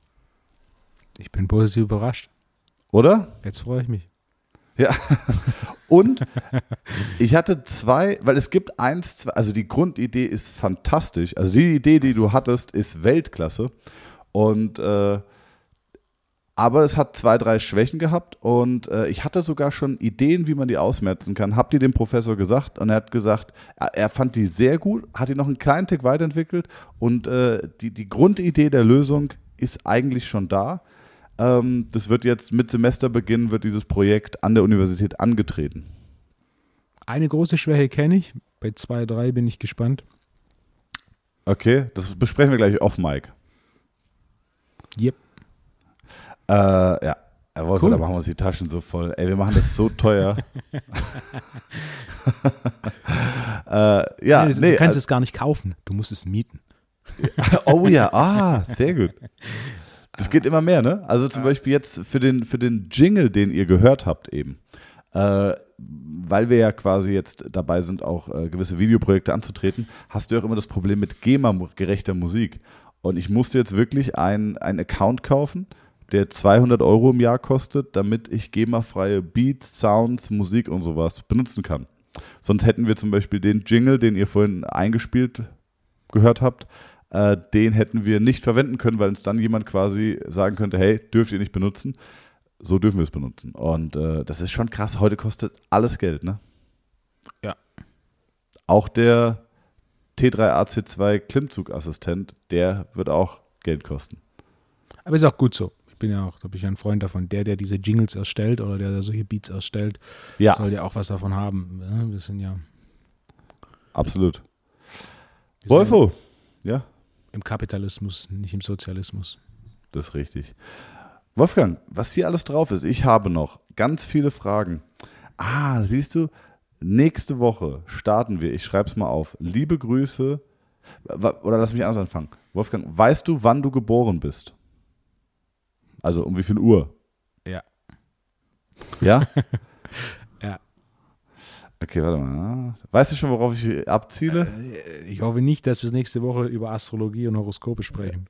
Ich bin positiv überrascht. Oder? Jetzt freue ich mich. Ja, und ich hatte 2, weil es gibt 1, 2, also die Grundidee ist fantastisch, also die Idee, die du hattest, ist Weltklasse und aber es hat 2, 3 Schwächen gehabt und ich hatte sogar schon Ideen, wie man die ausmerzen kann, hab die dem Professor gesagt und er hat gesagt, er fand die sehr gut, hat die noch einen kleinen Tick weiterentwickelt und die Grundidee der Lösung ist eigentlich schon da. Das wird jetzt mit Semesterbeginn, wird dieses Projekt an der Universität angetreten. Eine große Schwäche kenne ich. Bei 2, 3 bin ich gespannt. Okay, das besprechen wir gleich off-Mic. Yep. Ja. Herr Wolf, Cool. da machen wir uns die Taschen so voll. Ey, wir machen das so teuer. Ja, Du kannst es gar nicht kaufen. Du musst es mieten. Oh ja, sehr gut. Das geht immer mehr, ne? Also zum Beispiel jetzt für den Jingle, den ihr gehört habt eben, weil wir ja quasi jetzt dabei sind, auch gewisse Videoprojekte anzutreten, hast du ja auch immer das Problem mit GEMA-gerechter Musik. Und ich musste jetzt wirklich einen Account kaufen, der 200 € im Jahr kostet, damit ich GEMA-freie Beats, Sounds, Musik und sowas benutzen kann. Sonst hätten wir zum Beispiel den Jingle, den ihr vorhin eingespielt gehört habt, den hätten wir nicht verwenden können, weil uns dann jemand quasi sagen könnte, hey, dürft ihr nicht benutzen. So dürfen wir es benutzen. Und das ist schon krass. Heute kostet alles Geld, ne? Ja. Auch der T3AC2 Klimmzugassistent, der wird auch Geld kosten. Aber ist auch gut so. Da bin ich ein Freund davon. Der diese Jingles erstellt oder der solche Beats erstellt, Ja, soll ja auch was davon haben. Ja, wir sind ja absolut. wir sind Wolfo, ja, im Kapitalismus, nicht im Sozialismus. das ist richtig. Wolfgang, was hier alles drauf ist, ich habe noch ganz viele Fragen. Siehst du, nächste Woche starten wir, ich schreibe es mal auf, liebe Grüße, oder lass mich anders anfangen. Wolfgang, weißt du, wann du geboren bist? Also um wie viel Uhr? Ja. Ja? Ja. Okay, warte mal. Weißt du schon, worauf ich abziele? Ich hoffe nicht, dass wir nächste Woche über Astrologie und Horoskope sprechen.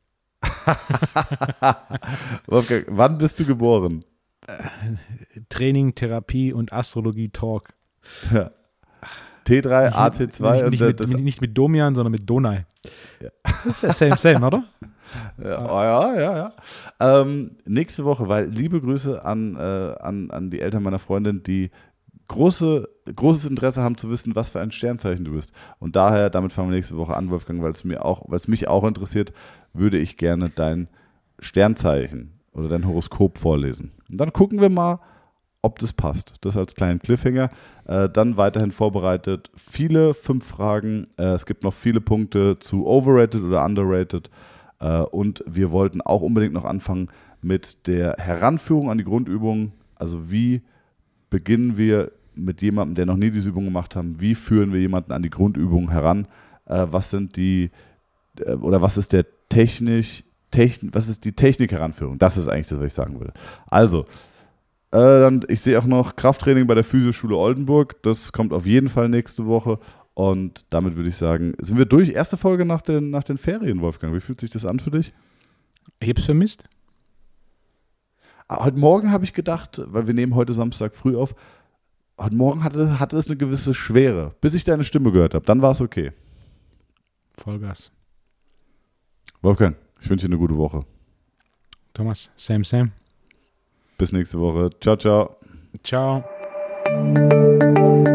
Wolfgang, wann bist du geboren? Training, Therapie und Astrologie-Talk. Ja. T3, AC2 nicht mit Domian, sondern mit Donai. Ja. Das ist ja same, oder? Ja. Nächste Woche, weil liebe Grüße an die Eltern meiner Freundin, die großes Interesse haben zu wissen, was für ein Sternzeichen du bist. Und damit fangen wir nächste Woche an, Wolfgang, weil es mich auch interessiert, würde ich gerne dein Sternzeichen oder dein Horoskop vorlesen. Und dann gucken wir mal, ob das passt. Das als kleinen Cliffhanger. Dann weiterhin vorbereitet. 5 Fragen. Es gibt noch viele Punkte zu overrated oder underrated. Und wir wollten auch unbedingt noch anfangen mit der Heranführung an die Grundübungen. Also wie beginnen wir mit jemandem, der noch nie diese Übung gemacht hat? Wie führen wir jemanden an die Grundübungen heran? Was ist die Technik-Heranführung? Das ist eigentlich das, was ich sagen will. Also, ich sehe auch noch Krafttraining bei der Physioschule Oldenburg. Das kommt auf jeden Fall nächste Woche. Und damit würde ich sagen, sind wir durch. Erste Folge nach den Ferien, Wolfgang. Wie fühlt sich das an für dich? Ich habe es vermisst. Heute Morgen habe ich gedacht, weil wir nehmen heute Samstag früh auf, heute Morgen hatte es eine gewisse Schwere, bis ich deine Stimme gehört habe. Dann war es okay. Vollgas. Wolfgang, ich wünsche dir eine gute Woche. Thomas, same. Bis nächste Woche. Ciao, ciao. Ciao.